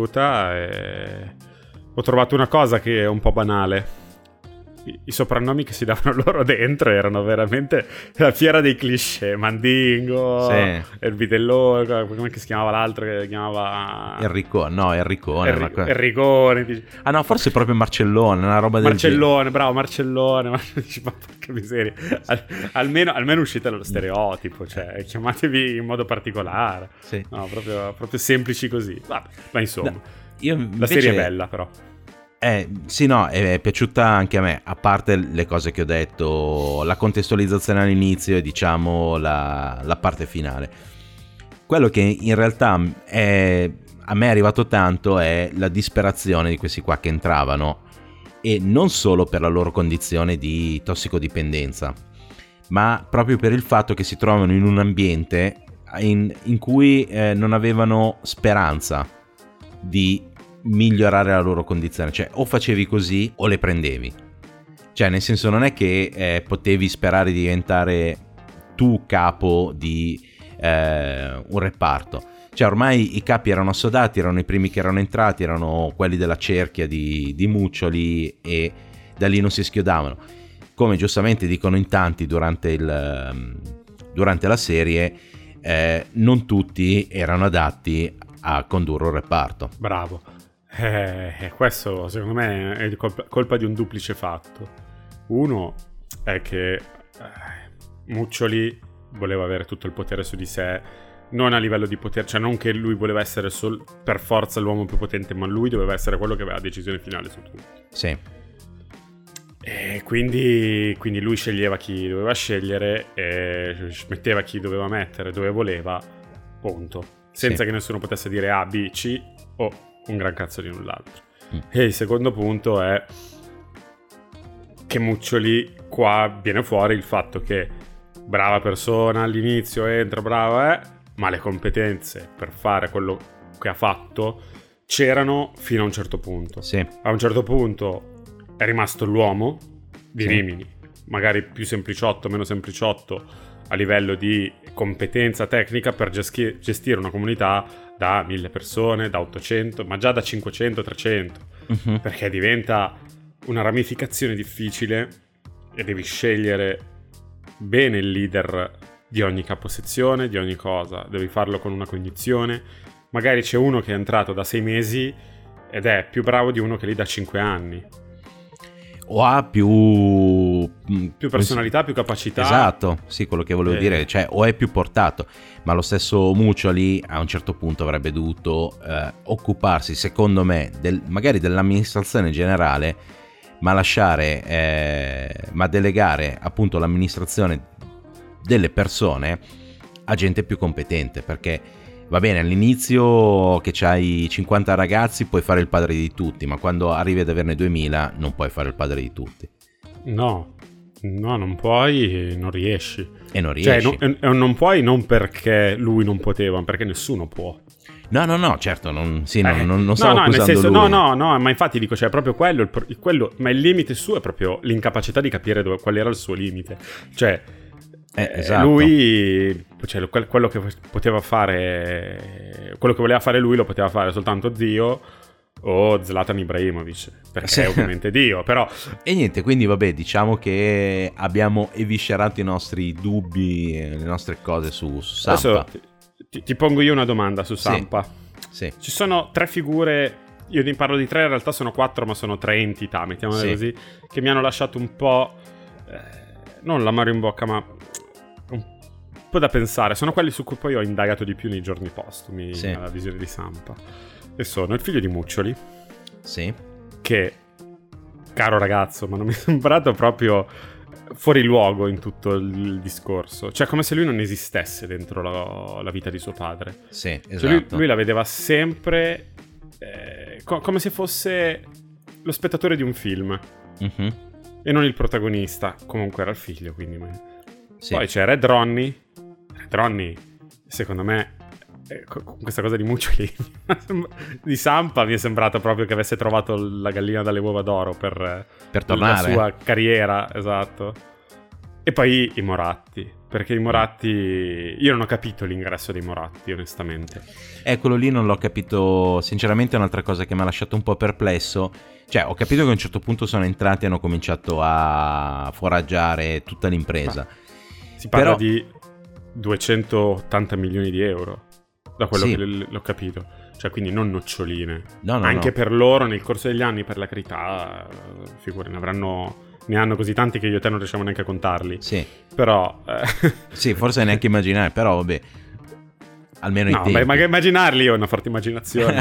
Speaker 2: ho trovato una cosa che è un po' banale. I soprannomi che si davano loro dentro erano veramente la fiera dei cliché. Mandingo, il vitellone, come si chiamava l'altro che chiamava
Speaker 1: Enricone.
Speaker 2: Enricone.
Speaker 1: Ah no, forse proprio Marcellone, una roba del genere.
Speaker 2: Bravo, Marcellone. Ma porca miseria. Almeno uscite dallo stereotipo, cioè chiamatevi in modo particolare.
Speaker 1: Sì.
Speaker 2: No, proprio semplici così. Vabbè, ma insomma,
Speaker 1: la
Speaker 2: serie è bella però.
Speaker 1: Sì, no, è piaciuta anche a me, a parte le cose che ho detto, la contestualizzazione all'inizio e diciamo la parte finale. Quello che in realtà a me è arrivato tanto è la disperazione di questi qua che entravano, e non solo per la loro condizione di tossicodipendenza, ma proprio per il fatto che si trovano in un ambiente in cui non avevano speranza di migliorare la loro condizione, cioè o facevi così o le prendevi, cioè nel senso non è che potevi sperare di diventare tu capo di un reparto, cioè ormai i capi erano assodati, erano i primi che erano entrati, erano quelli della cerchia di Muccioli e da lì non si schiodavano, come giustamente dicono in tanti durante la serie. Non tutti erano adatti a condurre un reparto.
Speaker 2: Bravo. Questo secondo me è colpa di un duplice fatto. Uno è che Muccioli voleva avere tutto il potere su di sé, non a livello di potere, cioè non che lui voleva essere per forza l'uomo più potente, ma lui doveva essere quello che aveva la decisione finale su tutto.
Speaker 1: Sì.
Speaker 2: E quindi lui sceglieva chi doveva scegliere e metteva chi doveva mettere dove voleva, punto, senza che nessuno potesse dire A, B, C o un gran cazzo di null'altro. E il secondo punto è che Muccioli, qua viene fuori il fatto che brava persona all'inizio, entra brava, ma le competenze per fare quello che ha fatto c'erano fino a un certo punto.
Speaker 1: Sì.
Speaker 2: A un certo punto è rimasto l'uomo di Rimini, magari più sempliciotto, meno sempliciotto a livello di competenza tecnica per gestire una comunità da 1000 persone, da 800, ma già da 500, 300, perché diventa una ramificazione difficile e devi scegliere bene il leader di ogni caposezione, di ogni cosa, devi farlo con una cognizione. Magari c'è uno che è entrato da 6 mesi ed è più bravo di uno che è lì da 5 anni.
Speaker 1: O ha più
Speaker 2: personalità, più capacità.
Speaker 1: Esatto, sì, quello che volevo dire, cioè o è più portato, ma lo stesso Muccioli a un certo punto avrebbe dovuto occuparsi, secondo me, magari dell'amministrazione generale, ma delegare appunto l'amministrazione delle persone a gente più competente, perché va bene, all'inizio che c'hai 50 ragazzi puoi fare il padre di tutti, ma quando arrivi ad averne 2000 non puoi fare il padre di tutti.
Speaker 2: No, non puoi, non riesci.
Speaker 1: E non riesci.
Speaker 2: Cioè, non puoi non perché lui non poteva, ma perché nessuno può.
Speaker 1: No, certo, non stavo accusando lui.
Speaker 2: No, ma infatti dico, cioè, proprio quello, ma il limite suo è proprio l'incapacità di capire qual era il suo limite. Cioè,
Speaker 1: esatto.
Speaker 2: Lui, cioè, quello che poteva fare, quello che voleva fare lui lo poteva fare soltanto Dio o Zlatan Ibrahimovic, perché è ovviamente Dio, però.
Speaker 1: E niente, quindi vabbè, diciamo che abbiamo eviscerato i nostri dubbi, le nostre cose su Sampa.
Speaker 2: Adesso ti pongo io una domanda su Sampa.
Speaker 1: Sì.
Speaker 2: Ci sono 3 figure, io ne parlo di 3, in realtà sono 4, ma sono 3 entità, mettiamole così, che mi hanno lasciato un po', non l'amaro in bocca, ma un po' da pensare. Sono quelli su cui poi ho indagato di più nei giorni postumi alla visione di Sampa. E sono il figlio di Muccioli, che, caro ragazzo, ma non mi è sembrato proprio fuori luogo in tutto il discorso, cioè come se lui non esistesse dentro la vita di suo padre.
Speaker 1: Sì, esatto.
Speaker 2: Cioè lui la vedeva sempre come se fosse lo spettatore di un film, e non il protagonista. Comunque era il figlio, quindi poi c'è Red Ronnie, Ronny, secondo me, con questa cosa di Muccioli di Sampa mi è sembrato proprio che avesse trovato la gallina dalle uova d'oro per
Speaker 1: tornare
Speaker 2: la sua carriera, esatto. E poi i Moratti, perché i Moratti, io non ho capito l'ingresso dei Moratti, onestamente.
Speaker 1: Quello lì non l'ho capito, sinceramente è un'altra cosa che mi ha lasciato un po' perplesso. Cioè, ho capito che a un certo punto sono entrati e hanno cominciato a foraggiare tutta l'impresa.
Speaker 2: Si parla di 280 milioni di euro, da quello che l'ho capito. Cioè, quindi non noccioline. Anche per loro, nel corso degli anni, per la carità, figure, ne hanno così tanti che io e te non riusciamo neanche a contarli.
Speaker 1: Sì.
Speaker 2: Però...
Speaker 1: sì, forse neanche immaginare, però vabbè. Almeno i tempi.
Speaker 2: No, ma immaginarli io ho una forte immaginazione.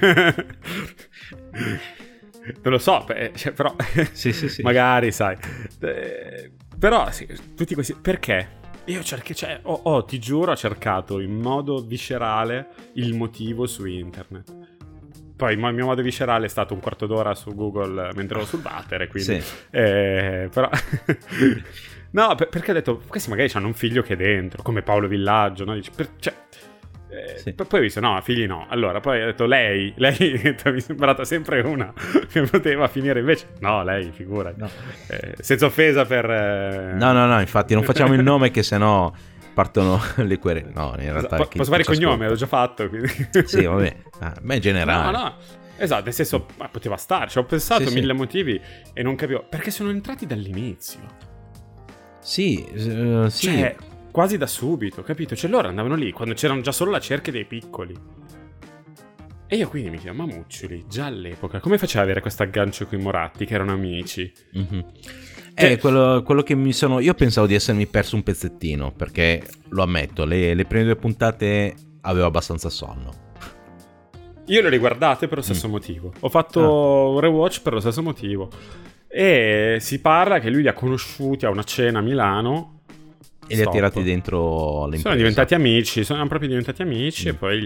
Speaker 2: Non lo so, però... sì. Magari, sai. Però, sì, tutti questi... Perché? Io ti giuro, ho cercato in modo viscerale il motivo su internet. Poi il mio modo viscerale è stato un quarto d'ora su Google mentre ero sul water, quindi...
Speaker 1: Sì.
Speaker 2: Però... no, perché ho detto, questi magari hanno un figlio che è dentro, come Paolo Villaggio, no? Dici,
Speaker 1: sì.
Speaker 2: Poi ho visto, no, figli no. Allora, poi ho detto, lei mi è sembrata sempre una che poteva finire, invece no, lei, figura. No. Senza offesa per...
Speaker 1: No, infatti non facciamo il nome che sennò partono le querele. No, in realtà...
Speaker 2: Posso fare il cognome, l'ho già fatto. Quindi...
Speaker 1: sì, vabbè, ma è generale.
Speaker 2: No, esatto, nel senso, poteva starci. Ho pensato mille motivi e non capivo. Perché sono entrati dall'inizio.
Speaker 1: Sì.
Speaker 2: Cioè, quasi da subito, capito? Cioè, loro andavano lì quando c'erano già solo la cerchia dei piccoli. E io quindi mi chiedo, ma Muccioli, già all'epoca, come faceva ad avere questo aggancio con i Moratti, che erano amici?
Speaker 1: Mm-hmm. Quello che mi sono... Io pensavo di essermi perso un pezzettino, perché, lo ammetto, le prime 2 puntate avevo abbastanza sonno.
Speaker 2: Io le ho riguardate per lo stesso motivo. Ho fatto un rewatch per lo stesso motivo. E si parla che lui li ha conosciuti a una cena a Milano...
Speaker 1: E li ha tirati dentro l'impresa.
Speaker 2: Sono diventati amici, sono proprio diventati amici e poi...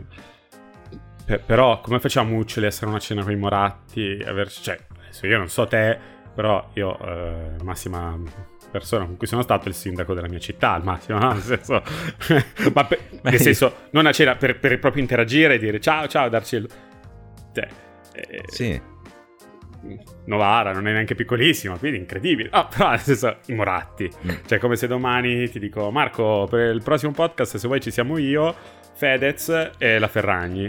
Speaker 2: Però come faceva Muccioli a essere una cena con i Moratti? Cioè, adesso io non so te, però io, massima persona con cui sono stato, è il sindaco della mia città, al massimo, no? Nel senso... nel senso, non a cena, per proprio interagire e dire ciao, darci...
Speaker 1: sì.
Speaker 2: Novara non è neanche piccolissima, quindi incredibile. Però nel senso, i Moratti. Cioè, come se domani ti dico, Marco, per il prossimo podcast, se vuoi ci siamo io, Fedez e la Ferragni.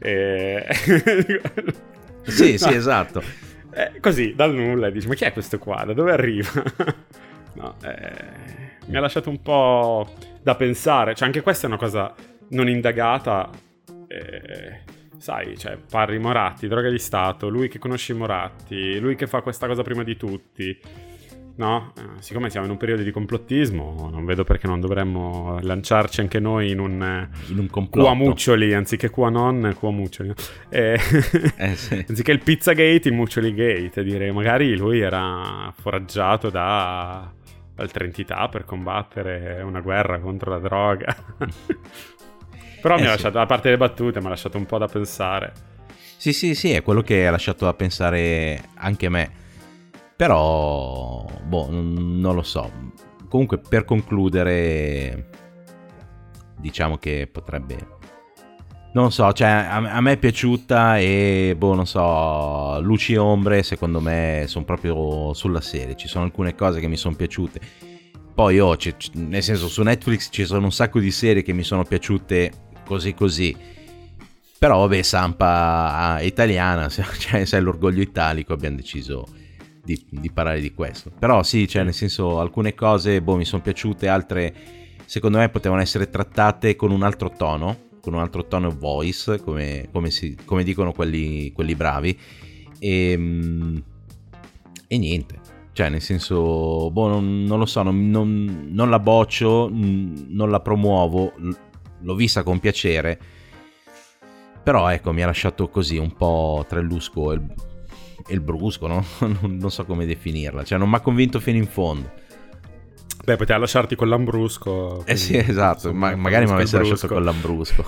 Speaker 1: Sì, esatto.
Speaker 2: Così, dal nulla, dici, ma chi è questo qua? Da dove arriva? No, mi ha lasciato un po' da pensare. Cioè, anche questa è una cosa non indagata. Sai, cioè, parli Moratti, droga di Stato, lui che conosce i Moratti, lui che fa questa cosa prima di tutti, no? Siccome siamo in un periodo di complottismo, non vedo perché non dovremmo lanciarci anche noi in un
Speaker 1: complotto.
Speaker 2: Qua Muccioli, anziché qua non, qua Muccioli.
Speaker 1: Sì.
Speaker 2: Anziché il Pizzagate, il Muccioli Gate, direi, magari lui era foraggiato da altre entità per combattere una guerra contro la droga. Però mi ha lasciato, a parte le battute, mi ha lasciato un po' da pensare.
Speaker 1: Sì, è quello che ha lasciato da pensare anche me. Però, non lo so. Comunque, per concludere, diciamo che potrebbe... Non so, cioè, a me è piaciuta e, non so, luci e ombre, secondo me, sono proprio sulla serie. Ci sono alcune cose che mi sono piaciute. Poi, nel senso, su Netflix ci sono un sacco di serie che mi sono piaciute così, però vabbè, Sampa italiana, cioè sai, l'orgoglio italico, abbiamo deciso di parlare di questo. Però sì, cioè nel senso, alcune cose mi sono piaciute, altre secondo me potevano essere trattate con un altro tono voice, come dicono quelli bravi, e niente, cioè nel senso, non lo so, non la boccio, non la promuovo, l'ho vista con piacere, però ecco, mi ha lasciato così un po' tra il lusco e il brusco, no? Non so come definirla, cioè non mi ha convinto fino in fondo.
Speaker 2: Beh, poteva lasciarti con l'ambrusco.
Speaker 1: Sì, esatto, magari mi avesse lasciato con l'ambrusco.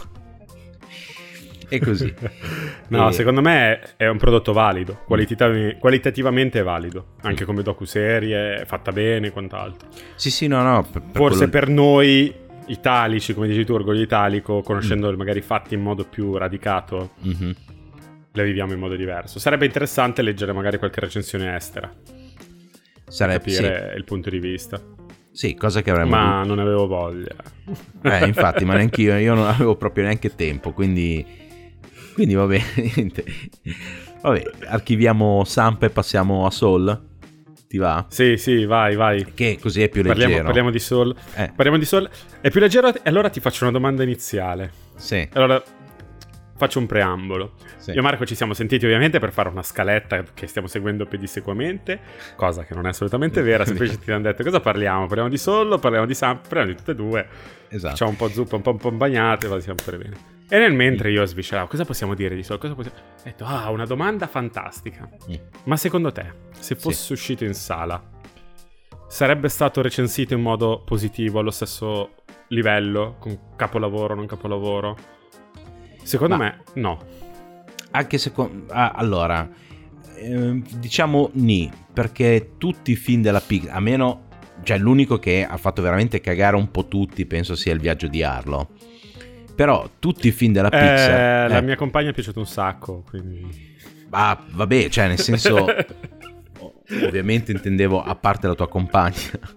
Speaker 1: E così.
Speaker 2: No, secondo me è un prodotto valido, qualitativamente valido, anche come docuserie, fatta bene e quant'altro.
Speaker 1: Sì, no,
Speaker 2: forse per noi italici, come dici tu, orgoglio italico, conoscendo magari fatti in modo più radicato, le viviamo in modo diverso. Sarebbe interessante leggere magari qualche recensione estera, capire il punto di vista.
Speaker 1: Sì, cosa che avremmo
Speaker 2: ma non avevo voglia.
Speaker 1: Infatti, ma neanch'io, io non avevo proprio neanche tempo, quindi vabbè, vabbè, archiviamo Samp e passiamo a Soul. Ti va?
Speaker 2: Sì, vai.
Speaker 1: Che così è più leggero.
Speaker 2: Parliamo di Soul. Parliamo di Soul. È più leggero, e allora ti faccio una domanda iniziale.
Speaker 1: Sì.
Speaker 2: Allora, faccio un preambolo.
Speaker 1: Sì.
Speaker 2: Io e Marco ci siamo sentiti ovviamente per fare una scaletta che stiamo seguendo pedissequamente, cosa che non è assolutamente vera. Semplicemente ti hanno detto cosa parliamo? Parliamo di Soul o parliamo di Samp? Parliamo di tutte e due.
Speaker 1: Esatto.
Speaker 2: Facciamo un po' zuppa, un po' bagnate, ma siamo pure bene. E nel mentre io svisceravo, cosa possiamo dire di Soul? Ho detto, una domanda fantastica. Ma secondo te, se fosse uscito in sala, sarebbe stato recensito in modo positivo, allo stesso livello, con capolavoro, non capolavoro? Secondo me, no.
Speaker 1: Anche secondo... allora, diciamo ni, perché tutti i film della Pixar, a meno... Cioè, l'unico che ha fatto veramente cagare un po' tutti, penso sia Il viaggio di Arlo. Però tutti i film della Pixar...
Speaker 2: La mia compagna è piaciuto un sacco, quindi...
Speaker 1: Vabbè, cioè nel senso... ovviamente intendevo a parte la tua compagna.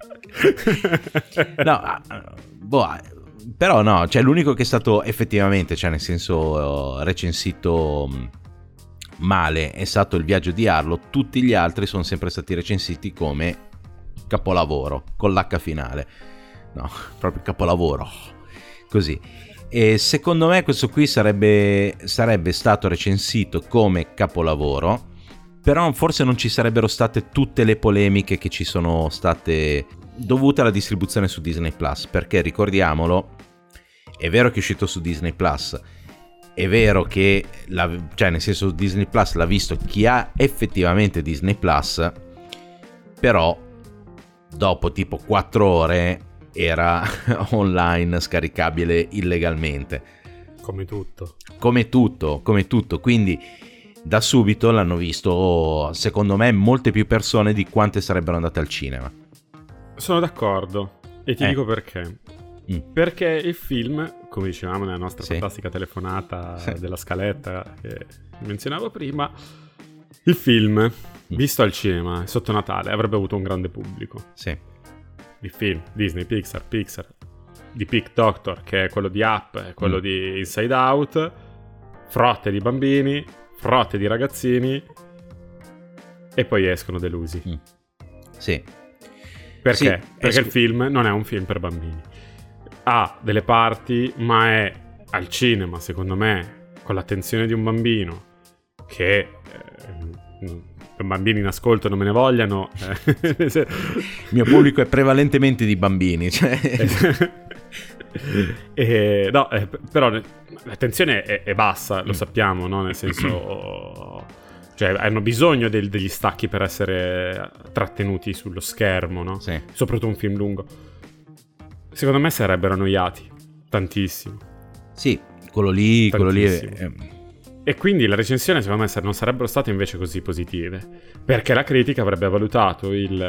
Speaker 1: No, però no, cioè l'unico che è stato effettivamente, cioè nel senso recensito male è stato Il viaggio di Arlo. Tutti gli altri sono sempre stati recensiti come capolavoro, con l'H finale. No, proprio capolavoro. Così. E secondo me questo qui sarebbe stato recensito come capolavoro, però forse non ci sarebbero state tutte le polemiche che ci sono state dovute alla distribuzione su Disney Plus, perché ricordiamolo, è vero che è uscito su Disney Plus, è vero che cioè nel senso Disney Plus l'ha visto chi ha effettivamente Disney Plus, però dopo tipo 4 ore era online scaricabile illegalmente.
Speaker 2: Come tutto, quindi
Speaker 1: da subito l'hanno visto, secondo me, molte più persone di quante sarebbero andate al cinema.
Speaker 2: Sono d'accordo e ti dico perché. Perché il film, come dicevamo nella nostra fantastica telefonata della scaletta che menzionavo prima, il film visto al cinema sotto Natale avrebbe avuto un grande pubblico.
Speaker 1: Sì.
Speaker 2: Il film Disney, Pixar, di Pick Doctor, che è quello di Up, è quello di Inside Out, frotte di bambini, frotte di ragazzini, e poi escono delusi.
Speaker 1: Sì.
Speaker 2: Perché? Perché il film non è un film per bambini. Ha delle parti, ma è al cinema, secondo me, con l'attenzione di un bambino, che per bambini in ascolto non me ne vogliano.
Speaker 1: Il mio pubblico è prevalentemente di bambini, cioè.
Speaker 2: Però l'attenzione è bassa, lo sappiamo, no? Nel senso, cioè hanno bisogno degli stacchi per essere trattenuti sullo schermo, no?
Speaker 1: Sì.
Speaker 2: Soprattutto un film lungo. Secondo me sarebbero annoiati tantissimo.
Speaker 1: Sì, quello lì
Speaker 2: E quindi le recensioni secondo me non sarebbero state invece così positive, perché la critica avrebbe valutato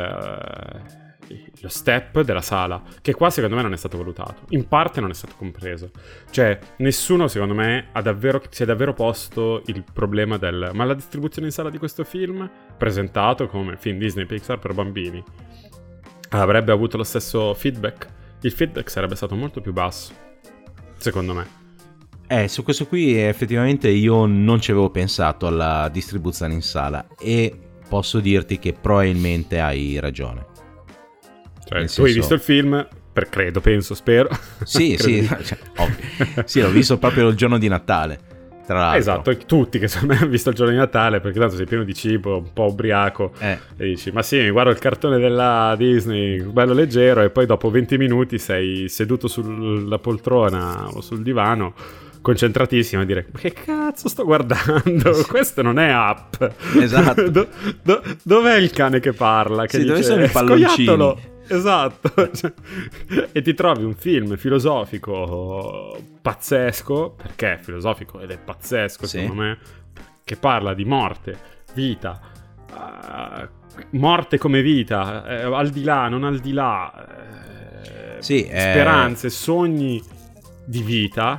Speaker 2: lo step della sala, che qua secondo me non è stato valutato, in parte non è stato compreso. Cioè nessuno secondo me si è davvero posto il problema ma la distribuzione in sala di questo film, presentato come film Disney Pixar per bambini, avrebbe avuto lo stesso feedback? Il feedback sarebbe stato molto più basso, secondo me.
Speaker 1: Su questo qui effettivamente io non ci avevo pensato alla distribuzione in sala, e posso dirti che probabilmente hai ragione.
Speaker 2: Cioè, tu hai visto il film, spero.
Speaker 1: Sì, cioè, ovvio. Sì, l'ho visto proprio il giorno di Natale, tra l'altro.
Speaker 2: Esatto, tutti che secondo me hanno visto il giorno di Natale, perché tanto sei pieno di cibo, un po' ubriaco, e dici, ma sì, mi guardo il cartone della Disney, bello leggero, e poi dopo 20 minuti sei seduto sulla poltrona o sul divano, concentratissimo, a dire, ma che cazzo sto guardando? Questo non è Up.
Speaker 1: Esatto.
Speaker 2: Dov'è il cane che parla? Che
Speaker 1: sì,
Speaker 2: dice,
Speaker 1: dove sono i palloncini?
Speaker 2: Esatto. E ti trovi un film filosofico pazzesco, perché è filosofico ed è pazzesco secondo me, che parla di morte, vita, morte come vita, al di là, non al di là,
Speaker 1: sì,
Speaker 2: speranze, sogni di vita.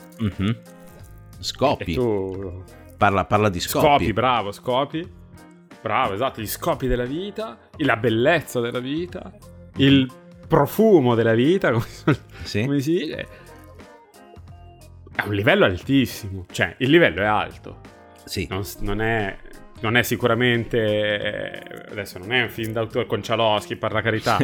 Speaker 1: Scopi.
Speaker 2: E tu...
Speaker 1: Parla di scopi.
Speaker 2: Scopi. Bravo, esatto, gli scopi della vita, la bellezza della vita, il profumo della vita, come si dice. È un livello altissimo, cioè il livello è alto.
Speaker 1: Sì.
Speaker 2: Non è sicuramente, adesso non è un film d'autore con Cialoschi, per la carità.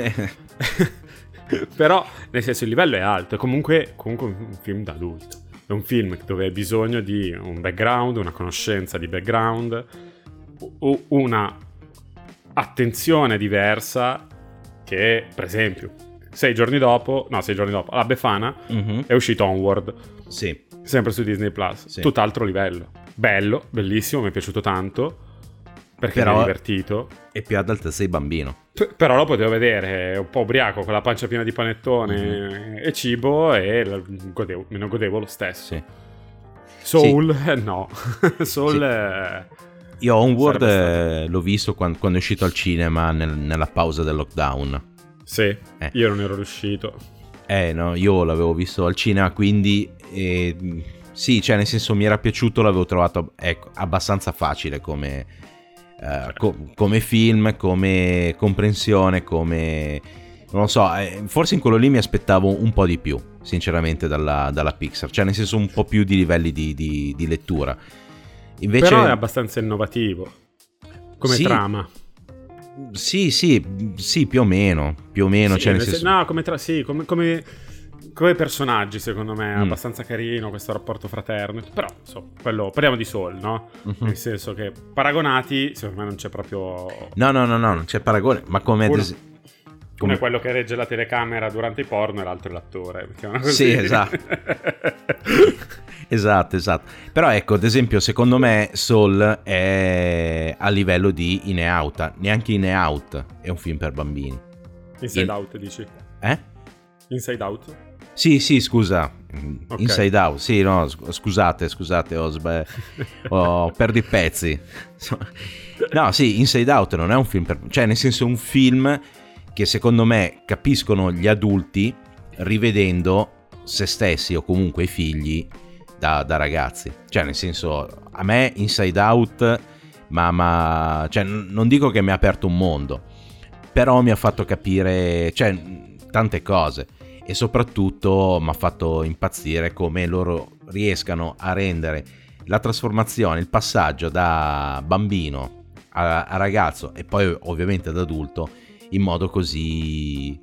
Speaker 2: Però nel senso il livello è alto, è comunque un film da adulto. È un film dove hai bisogno di un background, una conoscenza di background, una attenzione diversa, che per esempio 6 giorni dopo alla Befana è uscito Onward,
Speaker 1: sì,
Speaker 2: sempre su Disney Plus,
Speaker 1: sì.
Speaker 2: Tutt'altro livello, bello, bellissimo, mi è piaciuto tanto perché mi ha divertito.
Speaker 1: È più all'altezza di bambino.
Speaker 2: Però lo potevo vedere un po' ubriaco, con la pancia piena di panettone e cibo, e me ne godevo lo stesso.
Speaker 1: Sì.
Speaker 2: Soul, no. Soul...
Speaker 1: Sì. Io Onward l'ho visto quando è uscito al cinema nella pausa del lockdown.
Speaker 2: Sì, io non ero riuscito.
Speaker 1: No, io l'avevo visto al cinema, quindi sì, cioè nel senso mi era piaciuto, l'avevo trovato abbastanza facile come film, come comprensione, come... non lo so, forse in quello lì mi aspettavo un po' di più, sinceramente, dalla Pixar, cioè nel senso un po' più di livelli di lettura. Invece... Però
Speaker 2: è abbastanza innovativo come trama.
Speaker 1: Sì, più o meno, sì, cioè nel senso...
Speaker 2: No, come personaggi, secondo me è abbastanza carino questo rapporto fraterno. Però quello, parliamo di Soul, no? Nel senso che paragonati, secondo me non c'è proprio...
Speaker 1: No, non c'è paragone, ma come...
Speaker 2: Uno è quello che regge la telecamera durante i porno e l'altro è l'attore. Così.
Speaker 1: Sì, esatto. esatto. Però ecco, ad esempio, secondo me Soul è a livello di In e Out. Neanche In e Out è un film per bambini.
Speaker 2: Inside Out, dici? Inside Out?
Speaker 1: Sì, scusa. Okay. Inside Out, sì, no, scusate, perdo i pezzi. No, sì, Inside Out non è un film per... cioè, nel senso, è un film che secondo me capiscono gli adulti rivedendo se stessi o comunque i figli da ragazzi. Cioè, nel senso, a me Inside Out, ma cioè, non dico che mi ha aperto un mondo, però mi ha fatto capire, cioè, tante cose, e soprattutto mi ha fatto impazzire come loro riescano a rendere la trasformazione, il passaggio da bambino a ragazzo e poi ovviamente ad adulto in modo così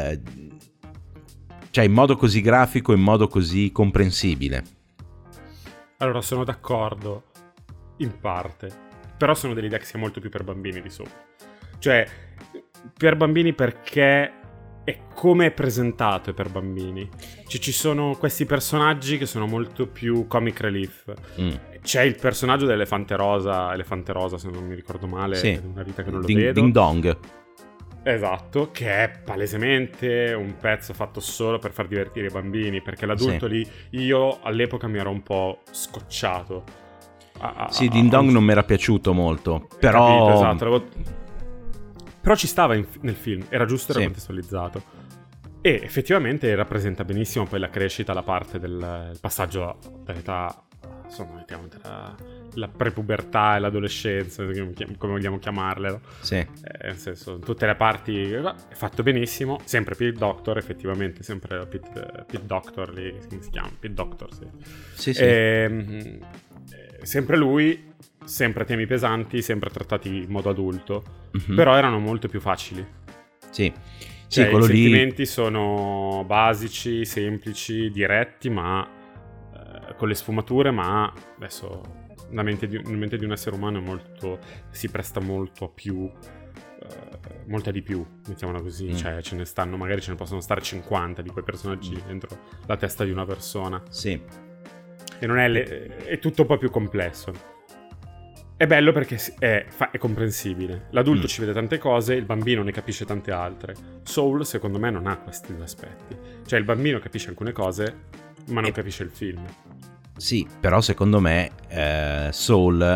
Speaker 1: cioè in modo così grafico, in modo così comprensibile.
Speaker 2: Allora, sono d'accordo in parte, però sono dell'idea che sia molto più per bambini di Soul. Cioè, per bambini perché è come è presentato è per bambini. Cioè, ci sono questi personaggi che sono molto più comic relief. C'è il personaggio dell'elefante rosa se non mi ricordo male,
Speaker 1: sì.
Speaker 2: È una vita che non lo vedo.
Speaker 1: Ding Dong.
Speaker 2: Esatto, che è palesemente un pezzo fatto solo per far divertire i bambini, perché l'adulto lì, io all'epoca mi ero un po' scocciato.
Speaker 1: Ding Dong non mi era piaciuto molto, però...
Speaker 2: Capito, esatto. Però ci stava nel film, era giusto, era contestualizzato. E effettivamente rappresenta benissimo poi la crescita, la parte del passaggio dall'età, insomma, mettiamo la prepubertà e l'adolescenza, come vogliamo chiamarle, sì. Nel senso, in tutte le parti è fatto benissimo. Sempre Pete Doctor, effettivamente, sempre Pete Doctor lì, come si chiama? Pete Doctor, sì. Sempre lui, sempre temi pesanti, sempre trattati in modo adulto, però erano molto più facili.
Speaker 1: Sì.
Speaker 2: Cioè,
Speaker 1: quello
Speaker 2: i sentimenti sono basici, semplici, diretti, ma con le sfumature, ma adesso la mente di un essere umano è molto, si presta molto a più, molta di più, mettiamola così. Cioè magari ce ne possono stare 50 di quei personaggi dentro la testa di una persona.
Speaker 1: Sì.
Speaker 2: E non è tutto un po' più complesso. È bello perché è comprensibile. L'adulto ci vede tante cose, il bambino ne capisce tante altre. Soul, secondo me, non ha questi due aspetti. Cioè, il bambino capisce alcune cose, ma non capisce il film.
Speaker 1: Sì, però secondo me Soul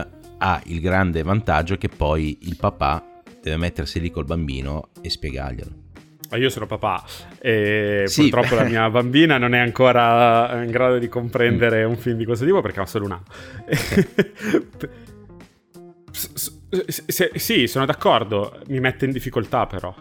Speaker 1: ha il grande vantaggio che poi il papà deve mettersi lì col bambino e spiegarglielo.
Speaker 2: Io sono papà e
Speaker 1: sì,
Speaker 2: purtroppo la mia bambina non è ancora in grado di comprendere un film di questo tipo perché ha solo un anno. Sì, sono d'accordo, mi mette in difficoltà però.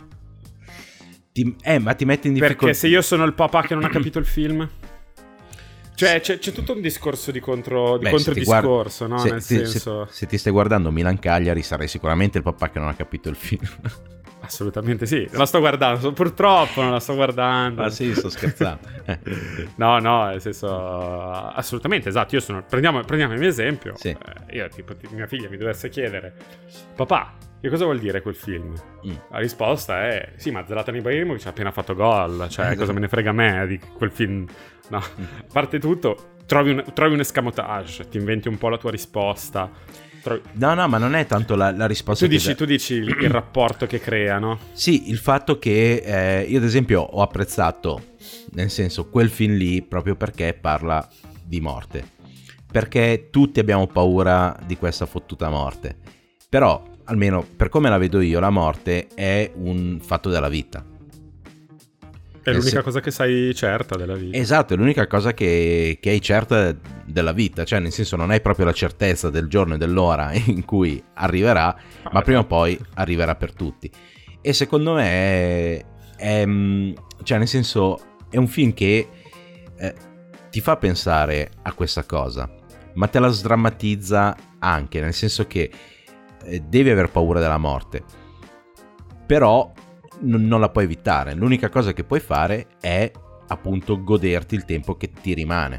Speaker 1: Ma ti mette in difficoltà
Speaker 2: perché se io sono il papà che non ha capito il film, cioè c'è tutto un discorso di controdiscorso, no? Nel senso,
Speaker 1: se ti stai guardando Milan Cagliari sarai sicuramente il papà che non ha capito il film.
Speaker 2: Assolutamente sì, la sto guardando, purtroppo non la sto guardando.
Speaker 1: Ma sì, sto scherzando.
Speaker 2: No, nel senso, assolutamente, esatto. Prendiamo il mio esempio.
Speaker 1: Sì.
Speaker 2: Io, tipo, mia figlia mi dovesse chiedere: papà, che cosa vuol dire quel film? La risposta è: sì, ma Zlatan Ibrahimovic ha appena fatto gol, cioè cosa me ne frega a me di quel film? No, a parte tutto, trovi un escamotage, ti inventi un po' la tua risposta.
Speaker 1: No, ma non è tanto la risposta.
Speaker 2: Tu dici il rapporto che crea, no?
Speaker 1: Sì, il fatto che io ad esempio ho apprezzato, nel senso, quel film lì proprio perché parla di morte, perché tutti abbiamo paura di questa fottuta morte, però almeno per come la vedo io la morte è un fatto della vita.
Speaker 2: È l'unica cosa che sai certa della vita.
Speaker 1: Esatto, è l'unica cosa che hai certa della vita, cioè nel senso non hai proprio la certezza del giorno e dell'ora in cui arriverà, ma prima o poi arriverà per tutti. E secondo me cioè nel senso è un film che ti fa pensare a questa cosa, ma te la sdrammatizza anche, nel senso che devi aver paura della morte, però non la puoi evitare. L'unica cosa che puoi fare è appunto goderti il tempo che ti rimane,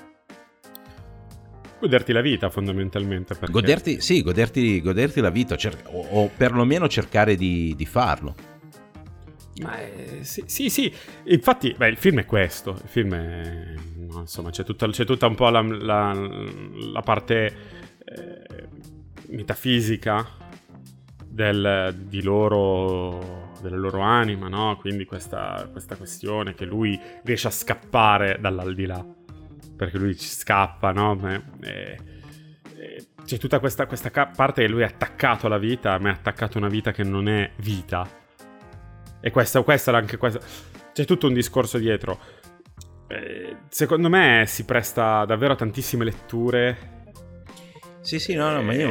Speaker 2: goderti la vita fondamentalmente, perché...
Speaker 1: goderti la vita, o perlomeno cercare di farlo.
Speaker 2: Ma sì, infatti il film è questo, il film è, no, insomma c'è tutta un po' la parte metafisica della loro anima, no? Quindi questa questione che lui riesce a scappare dall'aldilà, perché lui ci scappa, no? C'è tutta questa parte che lui è attaccato alla vita, ma è attaccato a una vita che non è vita. E questa anche questa. C'è tutto un discorso dietro. Secondo me si presta davvero a tantissime letture.
Speaker 1: Sì, no, ma io...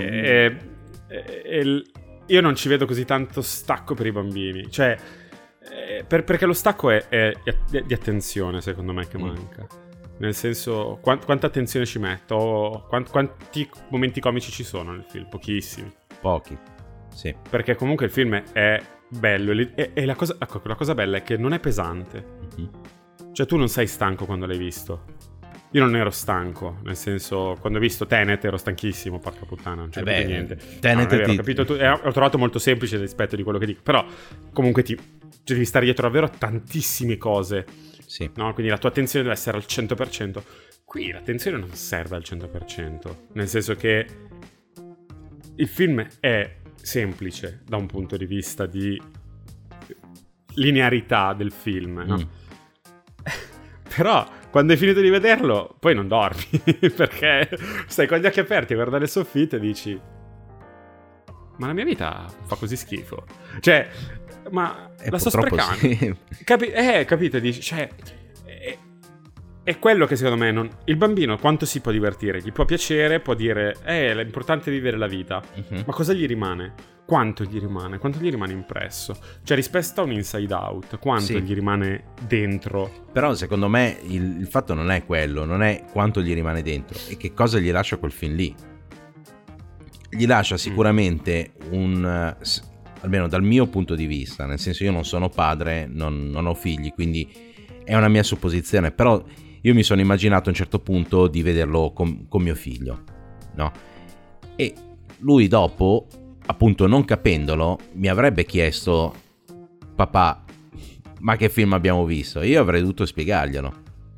Speaker 2: Io non ci vedo così tanto stacco per i bambini. Cioè, perché lo stacco è di attenzione, secondo me, che manca. Nel senso, quanta attenzione ci metto? Quanti momenti comici ci sono nel film? Pochissimi.
Speaker 1: Pochi, sì.
Speaker 2: Perché comunque il film è bello. E la cosa bella è che non è pesante. Cioè, tu non sei stanco quando l'hai visto. Io non ero stanco, nel senso, quando ho visto Tenet ero stanchissimo, porca puttana, non c'è niente.
Speaker 1: Tenet
Speaker 2: ho capito, ho trovato molto semplice rispetto di quello che dico, però comunque devi stare dietro davvero a tantissime cose,
Speaker 1: sì.
Speaker 2: No? Quindi la tua attenzione deve essere al 100%. Qui l'attenzione non serve al 100%, nel senso che il film è semplice da un punto di vista di linearità del film, no? Però quando hai finito di vederlo poi non dormi perché stai con gli occhi aperti a guardare il soffitto e dici: ma la mia vita fa così schifo, cioè, ma la sto sprecando, sì. Capito? Dici, cioè, è quello che secondo me il bambino quanto si può divertire, gli può piacere, può dire l'importante è vivere la vita, ma cosa gli rimane? Quanto gli rimane impresso? Cioè, rispetto a un Inside Out, quanto gli rimane dentro?
Speaker 1: Però secondo me il fatto non è quello, non è quanto gli rimane dentro, è che cosa gli lascia quel film lì. Gli lascia sicuramente almeno dal mio punto di vista, nel senso, io non sono padre, non ho figli, quindi è una mia supposizione, però io mi sono immaginato a un certo punto di vederlo con mio figlio, no? E lui dopo, appunto, non capendolo, mi avrebbe chiesto: papà, ma che film abbiamo visto? Io avrei dovuto spiegarglielo.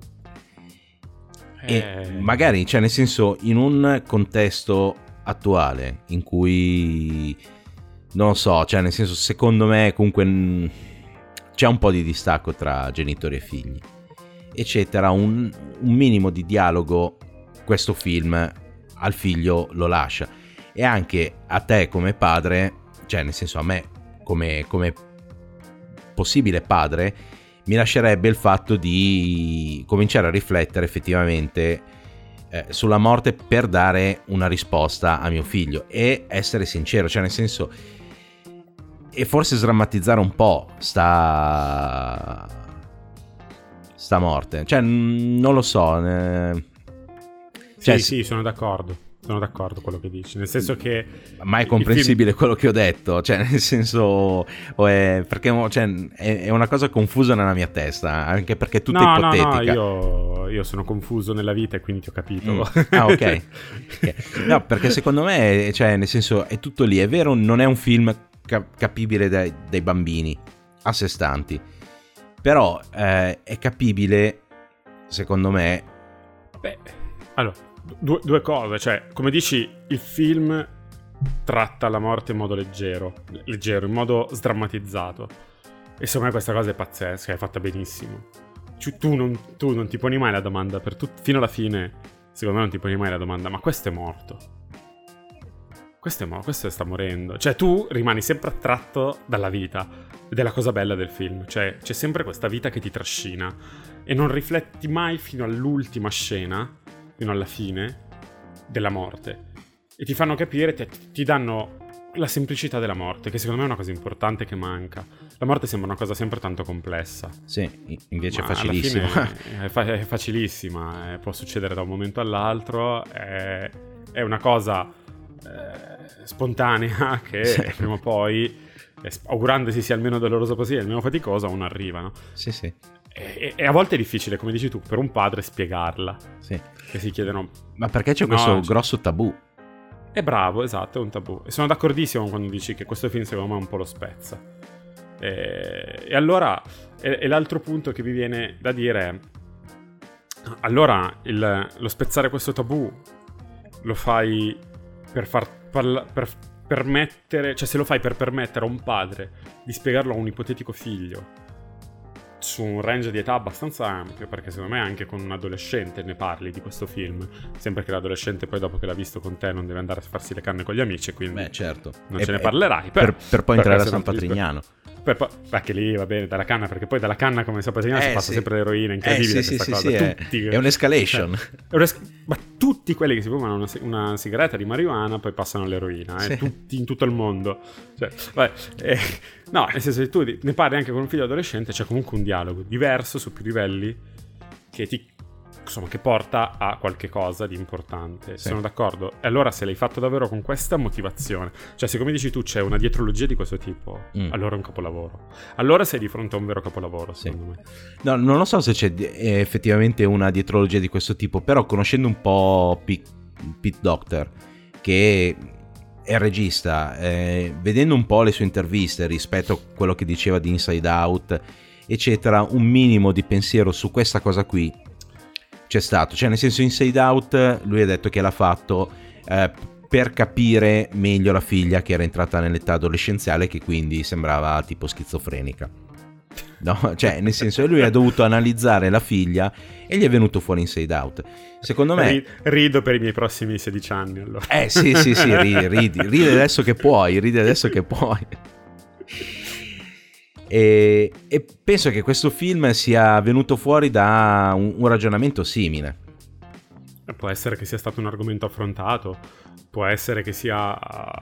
Speaker 1: E magari, cioè nel senso, in un contesto attuale in cui, non lo so, cioè nel senso, secondo me comunque c'è un po' di distacco tra genitori e figli, eccetera, un minimo di dialogo questo film al figlio lo lascia. e anche a te come padre, cioè nel senso a me come possibile padre, mi lascerebbe il fatto di cominciare a riflettere effettivamente sulla morte per dare una risposta a mio figlio e essere sincero, cioè nel senso, e forse sdrammatizzare un po' sta morte, cioè non lo so, cioè,
Speaker 2: sì, sono d'accordo con quello che dici, nel senso che
Speaker 1: ma è comprensibile quello che ho detto, cioè nel senso perché cioè, è una cosa confusa nella mia testa, anche perché è tutta ipotetica.
Speaker 2: No, io sono confuso nella vita e quindi ti ho capito.
Speaker 1: Ah, ok. No, perché secondo me, cioè nel senso, è tutto lì, è vero, non è un film capibile dai bambini a sé stanti, però è capibile secondo me.
Speaker 2: Beh, allora due cose, cioè come dici il film tratta la morte in modo leggero, in modo sdrammatizzato, e secondo me questa cosa è pazzesca, è fatta benissimo. Tu non ti poni mai la domanda fino alla fine, secondo me non ti poni mai la domanda, ma questo è morto, questo sta morendo, cioè tu rimani sempre attratto dalla vita, ed è la cosa bella del film, cioè c'è sempre questa vita che ti trascina e non rifletti mai fino all'ultima scena, fino alla fine della morte, e ti fanno capire, ti danno la semplicità della morte, che secondo me è una cosa importante che manca. La morte sembra una cosa sempre tanto complessa.
Speaker 1: Sì, invece è facilissima.
Speaker 2: È facilissima, può succedere da un momento all'altro, è una cosa spontanea che
Speaker 1: sì,
Speaker 2: prima o poi, augurandosi sia il meno doloroso possibile, il meno faticosa, uno arriva, no?
Speaker 1: Sì.
Speaker 2: E a volte è difficile, come dici tu, per un padre spiegarla.
Speaker 1: Sì.
Speaker 2: Che si chiedono...
Speaker 1: Ma perché c'è questo grosso tabù?
Speaker 2: È bravo, esatto, è un tabù. E sono d'accordissimo quando dici che questo film secondo me un po' lo spezza. E allora, e l'altro punto che mi viene da dire è... Allora, lo spezzare questo tabù lo fai per permettere... Cioè, se lo fai per permettere a un padre di spiegarlo a un ipotetico figlio su un range di età abbastanza ampio, perché secondo me anche con un adolescente ne parli di questo film, sempre che l'adolescente poi dopo che l'ha visto con te non deve andare a farsi le canne con gli amici, e quindi
Speaker 1: certo,
Speaker 2: non ce ne parlerai
Speaker 1: per poi entrare a San Patrignano.
Speaker 2: Che lì va bene, dalla canna, perché poi dalla canna come San Patrignano si passa sempre l'eroina, incredibile questa cosa.
Speaker 1: È un'escalation.
Speaker 2: Ma tutti quelli che si fumano una sigaretta di marijuana poi passano all'eroina, tutti in tutto il mondo. Cioè, no, nel senso che tu ne parli anche con un figlio adolescente, c'è comunque un dialogo diverso su più livelli che porta a qualche cosa di importante. Sono d'accordo. E allora se l'hai fatto davvero con questa motivazione, cioè se come dici tu c'è una dietrologia di questo tipo, allora è un capolavoro. Allora sei di fronte a un vero capolavoro, secondo me.
Speaker 1: No, non lo so se c'è effettivamente una dietrologia di questo tipo, però conoscendo un po' Pete Docter, che è il regista, vedendo un po' le sue interviste rispetto a quello che diceva di Inside Out, eccetera, un minimo di pensiero su questa cosa qui c'è stato. Cioè nel senso, Inside Out lui ha detto che l'ha fatto per capire meglio la figlia che era entrata nell'età adolescenziale, che quindi sembrava tipo schizofrenica, no? Cioè nel senso, lui ha dovuto analizzare la figlia e gli è venuto fuori Inside Out. Secondo me
Speaker 2: rido per i miei prossimi 16 anni allora.
Speaker 1: Sì, ridi adesso che puoi, E penso che questo film sia venuto fuori da un ragionamento simile.
Speaker 2: Può essere che sia stato un argomento affrontato, può essere che sia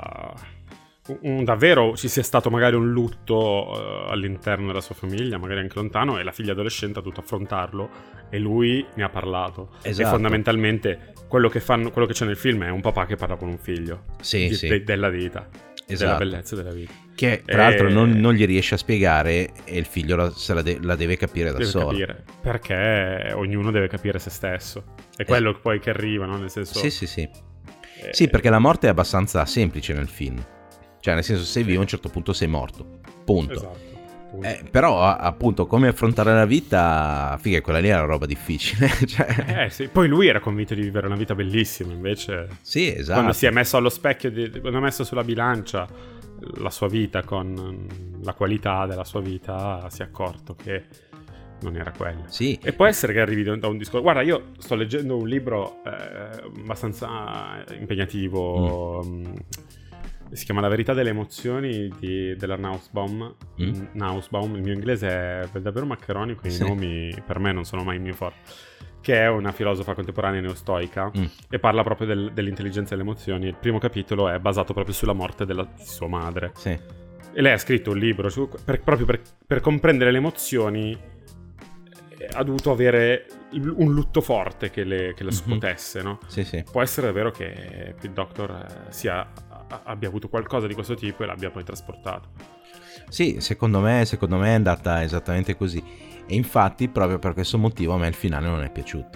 Speaker 2: davvero ci sia stato magari un lutto all'interno della sua famiglia, magari anche lontano, e la figlia adolescente ha dovuto affrontarlo e lui ne ha parlato.
Speaker 1: Esatto.
Speaker 2: E fondamentalmente quello che c'è nel film è un papà che parla con un figlio della vita.
Speaker 1: Esatto.
Speaker 2: Della bellezza della vita,
Speaker 1: che tra l'altro non gli riesce a spiegare, e il figlio la deve capire da solo.
Speaker 2: Perché ognuno deve capire se stesso, è quello poi che arriva, no? Nel senso,
Speaker 1: sì, perché la morte è abbastanza semplice nel film, cioè nel senso, se vivi a un certo punto sei morto, punto.
Speaker 2: Esatto.
Speaker 1: Però appunto come affrontare la vita, figa, quella lì è una roba difficile. Cioè...
Speaker 2: sì. Poi lui era convinto di vivere una vita bellissima, invece
Speaker 1: sì, esatto.
Speaker 2: Quando si è messo allo specchio, quando ha messo sulla bilancia la sua vita con la qualità della sua vita, si è accorto che non era quella.
Speaker 1: Sì.
Speaker 2: E può essere che arrivi da un discorso. Guarda, io sto leggendo un libro abbastanza impegnativo. Si chiama La verità delle emozioni della Nussbaum. Nussbaum, il mio inglese è davvero maccheronico, i nomi per me non sono mai il mio forte. Che è una filosofa contemporanea neostoica e parla proprio dell'intelligenza delle emozioni. Il primo capitolo è basato proprio sulla morte di sua madre.
Speaker 1: Sì.
Speaker 2: E lei ha scritto un libro proprio per comprendere le emozioni. Ha dovuto avere un lutto forte che la scuotesse, no?
Speaker 1: Sì, sì.
Speaker 2: Può essere davvero che Pete Docter abbia avuto qualcosa di questo tipo e l'abbia poi trasportato.
Speaker 1: Sì, secondo me è andata esattamente così. E infatti, proprio per questo motivo, a me il finale non è piaciuto.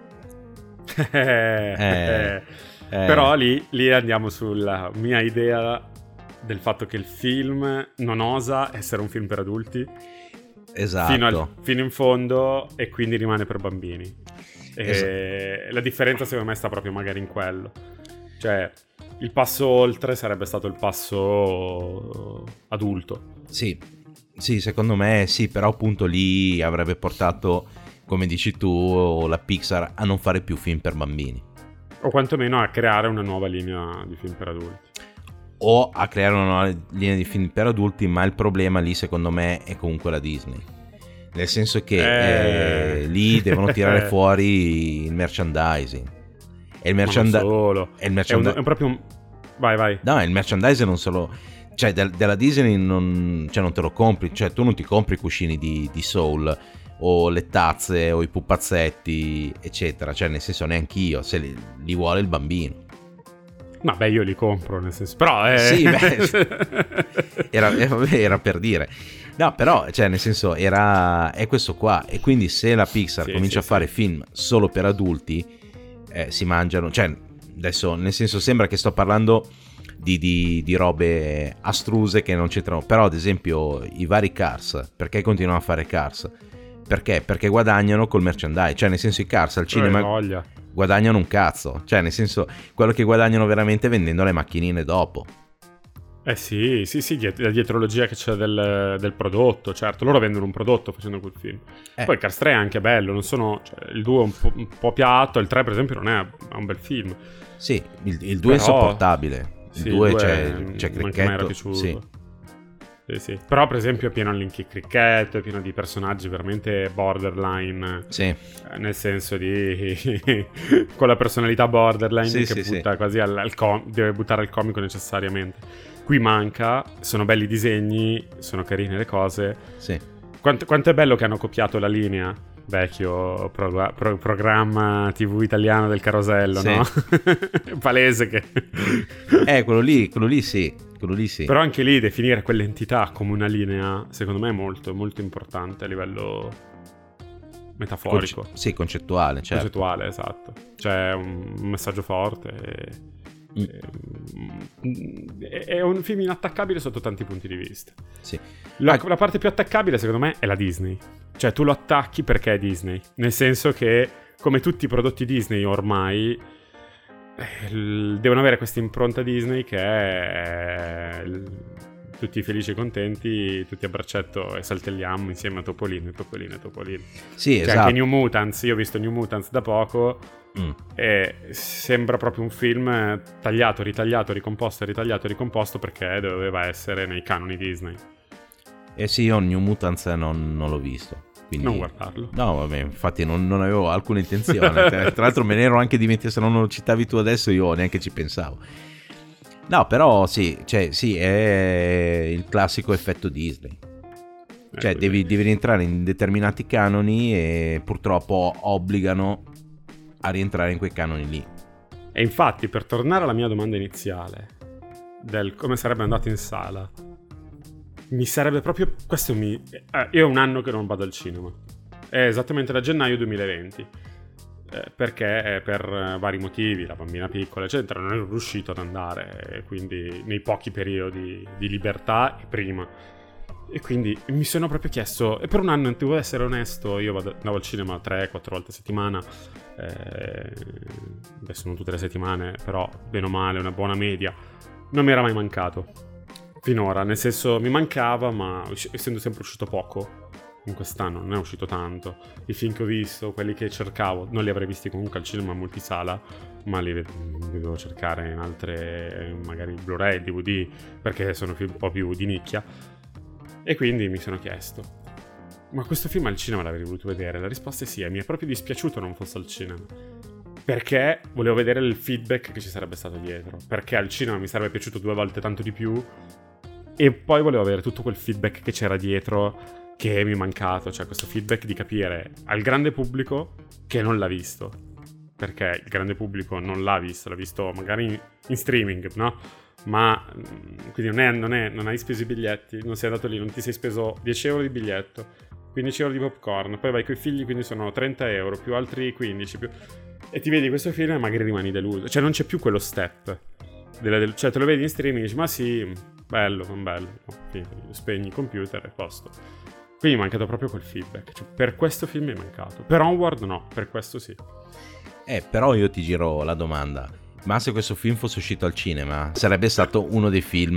Speaker 2: Però lì andiamo sulla mia idea del fatto che il film non osa essere un film per adulti.
Speaker 1: Esatto.
Speaker 2: Fino in fondo, e quindi rimane per bambini. La differenza secondo me sta proprio magari in quello. Cioè, il passo oltre sarebbe stato il passo adulto.
Speaker 1: Sì, secondo me sì, però appunto lì avrebbe portato, come dici tu, la Pixar a non fare più film per bambini.
Speaker 2: O quantomeno a creare una nuova linea di film per adulti.
Speaker 1: O a creare una nuova linea di film per adulti, ma il problema lì secondo me è comunque la Disney. Nel senso che lì devono tirare fuori il merchandising. E il merchandising...
Speaker 2: Non solo. È proprio un... Vai.
Speaker 1: No, il merchandising non solo... Cioè della Disney non te lo compri. Cioè tu non ti compri i cuscini di Soul o le tazze o i pupazzetti eccetera. Cioè nel senso neanch'io, se li vuole il bambino.
Speaker 2: No, beh, io li compro, nel senso... Però...
Speaker 1: Sì, era per dire. No, però, cioè, nel senso, è questo qua. E quindi se la Pixar comincia a fare film solo per adulti, si mangiano... Cioè, adesso, nel senso, sembra che sto parlando di robe astruse che non c'entrano. Però, ad esempio, i vari Cars, perché continuano a fare Cars? Perché? Perché guadagnano col merchandise. Cioè, nel senso, i Cars al cinema... guadagnano un cazzo, cioè nel senso quello che guadagnano veramente vendendo le macchinine dopo.
Speaker 2: Sì, la dietrologia che c'è del prodotto, certo, loro vendono un prodotto facendo quel film. Poi Cars 3 è anche bello, non sono, cioè, il 2 è un po' piatto, il 3 per esempio non è un bel film.
Speaker 1: Sì, il 2 è insopportabile, il 2 c'è Cricchetto,
Speaker 2: sì. Però per esempio è pieno di Cricchetto, è pieno di personaggi veramente borderline, nel senso di con la personalità borderline che butta quasi deve buttare al comico necessariamente. Qui manca, sono belli i disegni, sono carine le cose. Quanto è bello che hanno copiato la linea vecchio programma TV italiano del Carosello, no? Palese che
Speaker 1: quello lì sì.
Speaker 2: Però anche lì definire quell'entità come una linea, secondo me è molto, molto importante a livello metaforico.
Speaker 1: Concettuale, certo.
Speaker 2: Concettuale, esatto. C'è un messaggio forte. È un film inattaccabile sotto tanti punti di vista. La parte più attaccabile, secondo me, è la Disney. Cioè, tu lo attacchi perché è Disney. Nel senso che, come tutti i prodotti Disney ormai... devono avere questa impronta Disney che è tutti felici e contenti, tutti a braccetto e saltelliamo insieme a Topolino.
Speaker 1: Sì,
Speaker 2: esatto. Anche New Mutants, io ho visto New Mutants da poco e sembra proprio un film tagliato, ritagliato, ricomposto perché doveva essere nei canoni Disney.
Speaker 1: Sì, io New Mutants non l'ho visto. Quindi,
Speaker 2: non guardarlo.
Speaker 1: No, vabbè, infatti non avevo alcuna intenzione. Tra l'altro me ne ero anche dimenticato, se non lo citavi tu adesso io neanche ci pensavo. No, però sì, è il classico effetto Disney. Cioè devi rientrare in determinati canoni e purtroppo obbligano a rientrare in quei canoni lì.
Speaker 2: E infatti, per tornare alla mia domanda iniziale del come sarebbe andato in sala, mi sarebbe proprio... io ho un anno che non vado al cinema. È esattamente da gennaio 2020. Perché per vari motivi, la bambina piccola, eccetera, non ero riuscito ad andare. Quindi nei pochi periodi di libertà e prima. E quindi mi sono proprio chiesto... E per un anno, devo essere onesto, io andavo al cinema 3-4 volte a settimana. Adesso non tutte le settimane, però bene o male, una buona media. Non mi era mai mancato. Finora, nel senso mi mancava, ma essendo sempre uscito poco, in quest'anno, non è uscito tanto. I film che ho visto, quelli che cercavo, non li avrei visti comunque al cinema multisala, ma li devo cercare in altre, magari Blu-ray, DVD, perché sono film un po' più di nicchia. E quindi mi sono chiesto, ma questo film al cinema l'avrei voluto vedere? La risposta è sì, e mi è proprio dispiaciuto non fosse al cinema, perché volevo vedere il feedback che ci sarebbe stato dietro, perché al cinema mi sarebbe piaciuto 2 volte tanto di più, e poi volevo avere tutto quel feedback che c'era dietro, che mi è mancato, cioè questo feedback di capire al grande pubblico che non l'ha visto, perché il grande pubblico non l'ha visto magari in streaming, no? Ma quindi non hai speso i biglietti, non sei andato lì, non ti sei speso 10 euro di biglietto, 15 euro di popcorn, poi vai coi figli, quindi sono 30 euro più altri 15 più... e ti vedi questo film e magari rimani deluso, cioè non c'è più quello step cioè te lo vedi in streaming e dici ma sì, bello, non bello, no, spegni il computer e posto. Quindi mi è mancato proprio quel feedback, cioè, per questo film mi è mancato, per Onward no, per questo sì.
Speaker 1: Però io ti giro la domanda, ma se questo film fosse uscito al cinema sarebbe stato uno dei film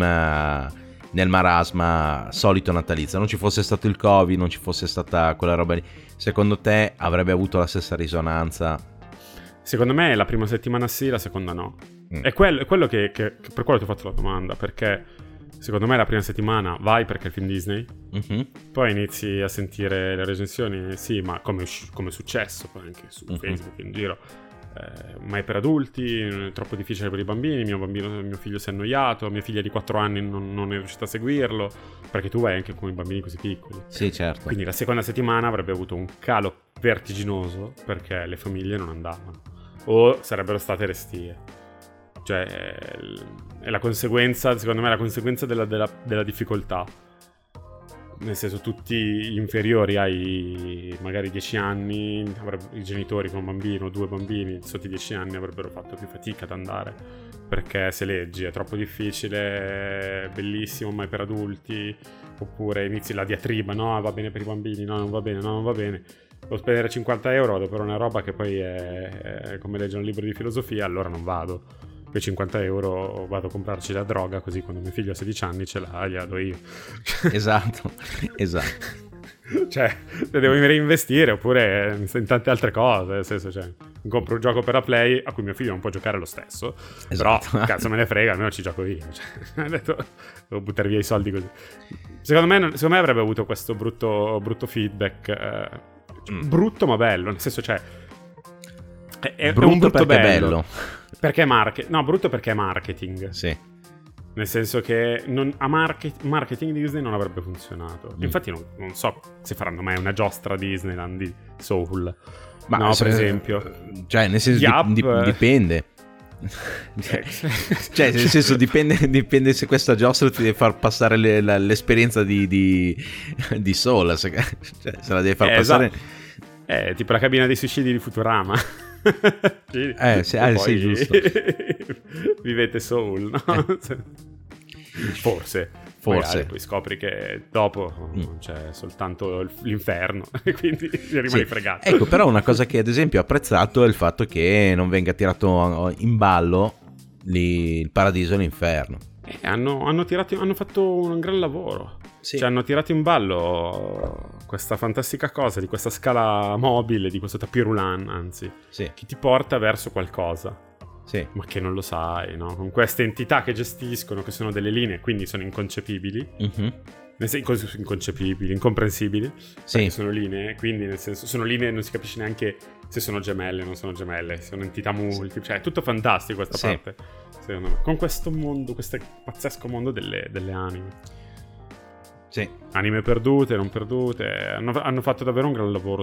Speaker 1: nel marasma solito natalizio, non ci fosse stato il Covid, non ci fosse stata quella roba lì, secondo te avrebbe avuto la stessa risonanza?
Speaker 2: Secondo me la prima settimana sì, la seconda no. È quello che per quello ti ho fatto la domanda, perché secondo me la prima settimana vai perché è il film Disney, poi inizi a sentire le recensioni, sì, ma come è successo poi anche su Facebook in giro, ma è per adulti, è troppo difficile per i bambini, mio figlio si è annoiato, mia figlia di 4 anni non è riuscita a seguirlo, perché tu vai anche con i bambini così piccoli.
Speaker 1: Sì, certo.
Speaker 2: Quindi la seconda settimana avrebbe avuto un calo vertiginoso perché le famiglie non andavano o sarebbero state restie. Cioè è la conseguenza, secondo me, è la conseguenza della difficoltà. Nel senso, tutti gli inferiori ai magari 10 anni, i genitori con un bambino, 2 bambini sotto i 10 anni avrebbero fatto più fatica ad andare, perché se leggi è troppo difficile, è bellissimo ma è per adulti, oppure inizi la diatriba, no va bene per i bambini, no non va bene, no non va bene, devo spendere 50 euro, vado per una roba che poi è come leggere un libro di filosofia, allora non vado. Quei 50 euro vado a comprarci la droga, così quando mio figlio ha 16 anni ce l'ha, gliela do io.
Speaker 1: Esatto.
Speaker 2: Cioè, le devo reinvestire, oppure in tante altre cose, nel senso, cioè, compro un gioco per la Play a cui mio figlio non può giocare lo stesso, esatto. Però cazzo me ne frega, almeno ci gioco io, cioè, devo buttare via i soldi così. Secondo me avrebbe avuto questo brutto feedback, brutto ma bello, nel senso, cioè è un brutto bello. Perché brutto perché è marketing.
Speaker 1: Sì.
Speaker 2: Nel senso che marketing Disney non avrebbe funzionato. Infatti non so se faranno mai una giostra Disneyland di Soul. Ma no, per esempio.
Speaker 1: Cioè, nel senso dipende. Cioè, nel senso dipende se questa giostra ti deve far passare l'esperienza di Soul. Cioè, se la deve far passare.
Speaker 2: Tipo la cabina dei suicidi di Futurama.
Speaker 1: Sì, giusto.
Speaker 2: Vivete Soul, no? Forse. Poi scopri che dopo c'è soltanto l'inferno e quindi rimani fregato.
Speaker 1: Ecco, però una cosa che ad esempio ho apprezzato è il fatto che non venga tirato in ballo il paradiso e l'inferno.
Speaker 2: Hanno fatto un gran lavoro. Sì. Cioè hanno tirato in ballo questa fantastica cosa di questa scala mobile, di questo tapis roulant, anzi,
Speaker 1: sì,
Speaker 2: che ti porta verso qualcosa.
Speaker 1: Sì.
Speaker 2: Ma che non lo sai, no? Con queste entità che gestiscono, che sono delle linee, quindi sono inconcepibili. Inconcepibili, incomprensibili. Sì. Sono linee, quindi nel senso, sono linee, non si capisce neanche se sono gemelle o non sono gemelle, sono entità multiple, cioè è tutto fantastico questa parte, secondo me. Con questo mondo, questo pazzesco mondo delle anime.
Speaker 1: Sì.
Speaker 2: Anime perdute, non perdute. Hanno fatto davvero un gran lavoro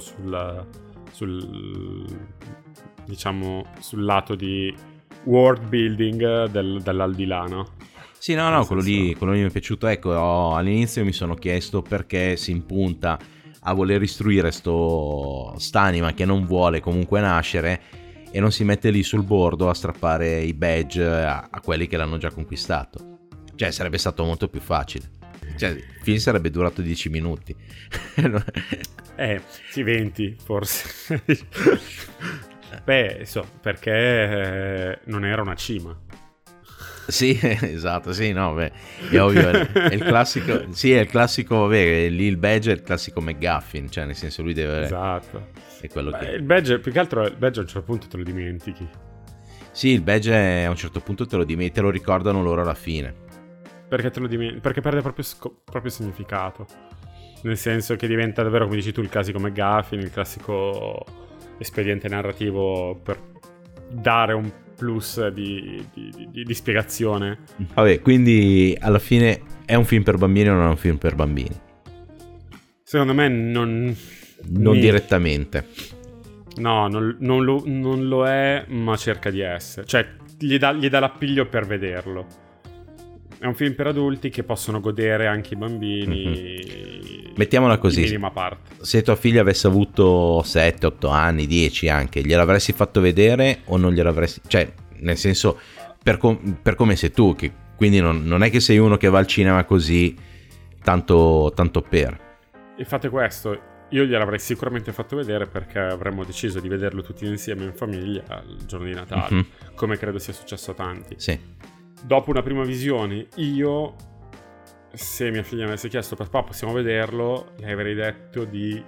Speaker 2: diciamo sul lato di world building dall'aldilà, no?
Speaker 1: Sì, no, quello lì mi è piaciuto. Ecco, all'inizio mi sono chiesto perché si impunta a voler istruire st'anima che non vuole comunque nascere e non si mette lì sul bordo a strappare i badge a quelli che l'hanno già conquistato. Cioè, sarebbe stato molto più facile. Cioè, il film sarebbe durato 10 minuti.
Speaker 2: Sì, 20 forse. Beh, perché non era una cima.
Speaker 1: Sì, esatto, sì, no, beh, è ovvio, è il classico, sì, è il classico, vabbè, lì il badge è il classico McGuffin, cioè nel senso lui deve...
Speaker 2: Esatto.
Speaker 1: È quello che...
Speaker 2: Il badge, più che altro il badge a un certo punto te lo dimentichi.
Speaker 1: Sì, il badge a un certo punto te lo ricordano loro alla fine.
Speaker 2: Perché te lo dimentichi, perché perde proprio significato. Nel senso che diventa davvero, come dici tu, il classico McGuffin, il classico espediente narrativo per dare un plus di spiegazione.
Speaker 1: Vabbè, quindi alla fine è un film per bambini o non è un film per bambini?
Speaker 2: Secondo me non
Speaker 1: direttamente.
Speaker 2: No, non lo è, ma cerca di essere. Cioè, gli dà l'appiglio per vederlo. È un film per adulti che possono godere anche i bambini.
Speaker 1: Mm-hmm. Mettiamola così.
Speaker 2: In minima parte.
Speaker 1: Se tua figlia avesse avuto 7, 8 anni, 10 anche, gliel'avresti fatto vedere o non gliel'avresti... Cioè, nel senso, per come sei tu, che quindi non è che sei uno che va al cinema così tanto per.
Speaker 2: E fate questo, io gliel'avrei sicuramente fatto vedere perché avremmo deciso di vederlo tutti insieme in famiglia il giorno di Natale, mm-hmm. Come credo sia successo a tanti.
Speaker 1: Sì.
Speaker 2: Dopo una prima visione, io, se mia figlia mi avesse chiesto papà possiamo vederlo, le avrei detto di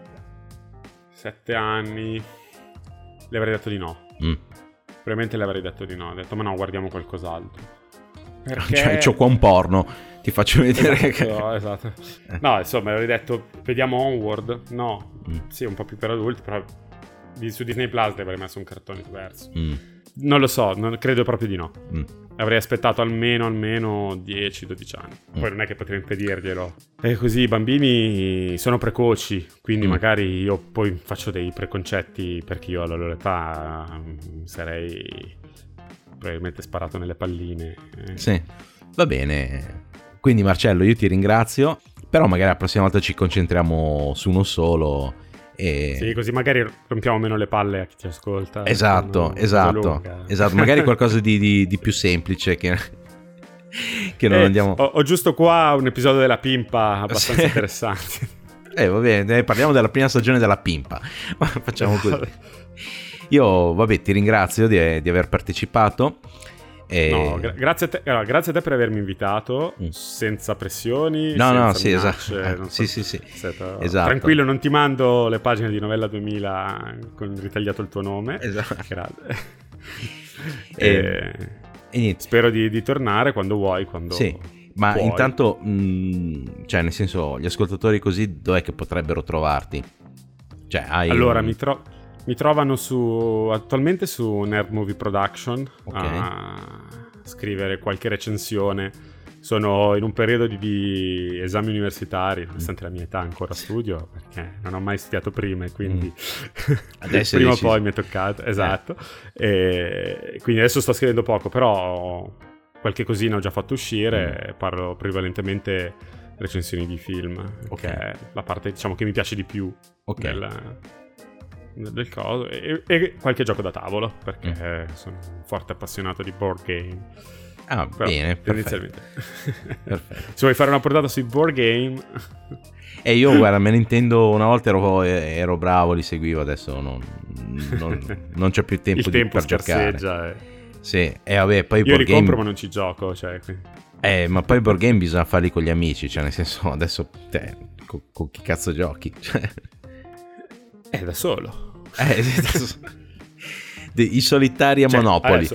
Speaker 2: 7 anni, le avrei detto di no. Probabilmente le avrei detto di no, ho detto ma no, guardiamo qualcos'altro. Perché... Cioè,
Speaker 1: c'ho qua un porno, ti faccio vedere.
Speaker 2: Esatto. No, insomma, avrei detto vediamo Onward, no, sì, un po' più per adulti, però su Disney Plus le avrei messo un cartone diverso. Non lo so, credo proprio di no. Avrei aspettato almeno 10-12 anni. Poi non è che potrei impedirglielo. E così i bambini sono precoci, quindi magari io poi faccio dei preconcetti perché io alla loro età sarei probabilmente sparato nelle palline.
Speaker 1: Sì, va bene. Quindi Marcello, io ti ringrazio, però magari la prossima volta ci concentriamo su uno solo.
Speaker 2: Sì, così magari rompiamo meno le palle a chi ti ascolta.
Speaker 1: Esatto. Magari qualcosa di più semplice che non andiamo...
Speaker 2: Ho giusto qua un episodio della Pimpa abbastanza interessante.
Speaker 1: Va bene, parliamo della prima stagione della Pimpa. Facciamo così. Io, vabbè, ti ringrazio di aver partecipato.
Speaker 2: No, grazie a te per avermi invitato, senza pressioni,
Speaker 1: sì,
Speaker 2: minacce,
Speaker 1: sì, esatto.
Speaker 2: Tranquillo, non ti mando le pagine di Novella 2000 con ritagliato il tuo nome.
Speaker 1: Esatto.
Speaker 2: E spero di tornare quando vuoi, quando
Speaker 1: sì, ma
Speaker 2: puoi.
Speaker 1: Intanto, cioè nel senso, gli ascoltatori così dov'è che potrebbero trovarti? Cioè,
Speaker 2: allora, mi trovano attualmente su Nerd Movie Production,
Speaker 1: okay,
Speaker 2: a scrivere qualche recensione. Sono in un periodo di esami universitari, nonostante la mia età ancora studio, perché non ho mai studiato prima e quindi
Speaker 1: adesso
Speaker 2: prima o poi mi è toccato, esatto. E quindi adesso sto scrivendo poco, però qualche cosina ho già fatto uscire, parlo prevalentemente recensioni di film, che è la parte, diciamo, che mi piace di più del coso, e qualche gioco da tavolo, perché sono un forte appassionato di board game.
Speaker 1: Ah, però, bene, perfetto.
Speaker 2: Se vuoi fare una portata sui board game.
Speaker 1: Io guarda, me ne intendo, una volta ero bravo, li seguivo, adesso non c'è più tempo per giocare. Sì, vabbè, poi
Speaker 2: io li compro ma non ci gioco, cioè,
Speaker 1: ma poi board game bisogna farli con gli amici, cioè nel senso, adesso con chi cazzo giochi? Cioè...
Speaker 2: da solo.
Speaker 1: I solitari a Monopoli.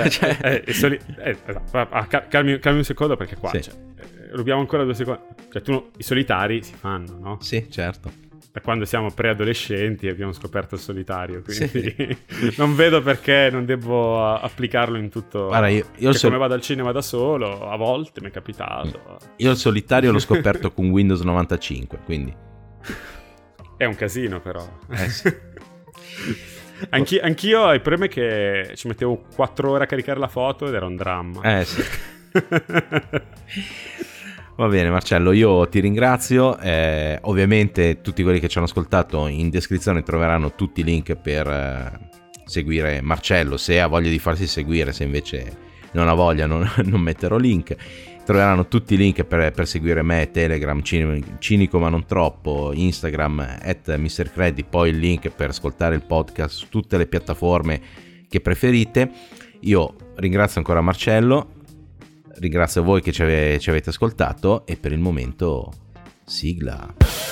Speaker 2: Calmi un secondo, perché qua rubiamo ancora 2 secondi. Cioè, i solitari si fanno, no?
Speaker 1: Sì, certo.
Speaker 2: Da quando siamo preadolescenti abbiamo scoperto il solitario, quindi non vedo perché non devo applicarlo in tutto.
Speaker 1: Guarda, io
Speaker 2: come vado al cinema da solo, a volte mi è capitato.
Speaker 1: Io il solitario l'ho scoperto con Windows 95, quindi
Speaker 2: è un casino, però.
Speaker 1: Sì.
Speaker 2: Anch'io, il problema è che ci mettevo 4 ore a caricare la foto ed era un dramma.
Speaker 1: Sì. Va bene Marcello, io ti ringrazio, ovviamente tutti quelli che ci hanno ascoltato, in descrizione troveranno tutti i link per seguire Marcello, se ha voglia di farsi seguire, se invece non ha voglia non metterò link. Troveranno tutti i link per seguire me, Telegram, Cinico ma non troppo, Instagram @MrCreddy, poi il link per ascoltare il podcast su tutte le piattaforme che preferite. Io ringrazio ancora Marcello. ringrazio voi che ci avete ascoltato e per il momento sigla.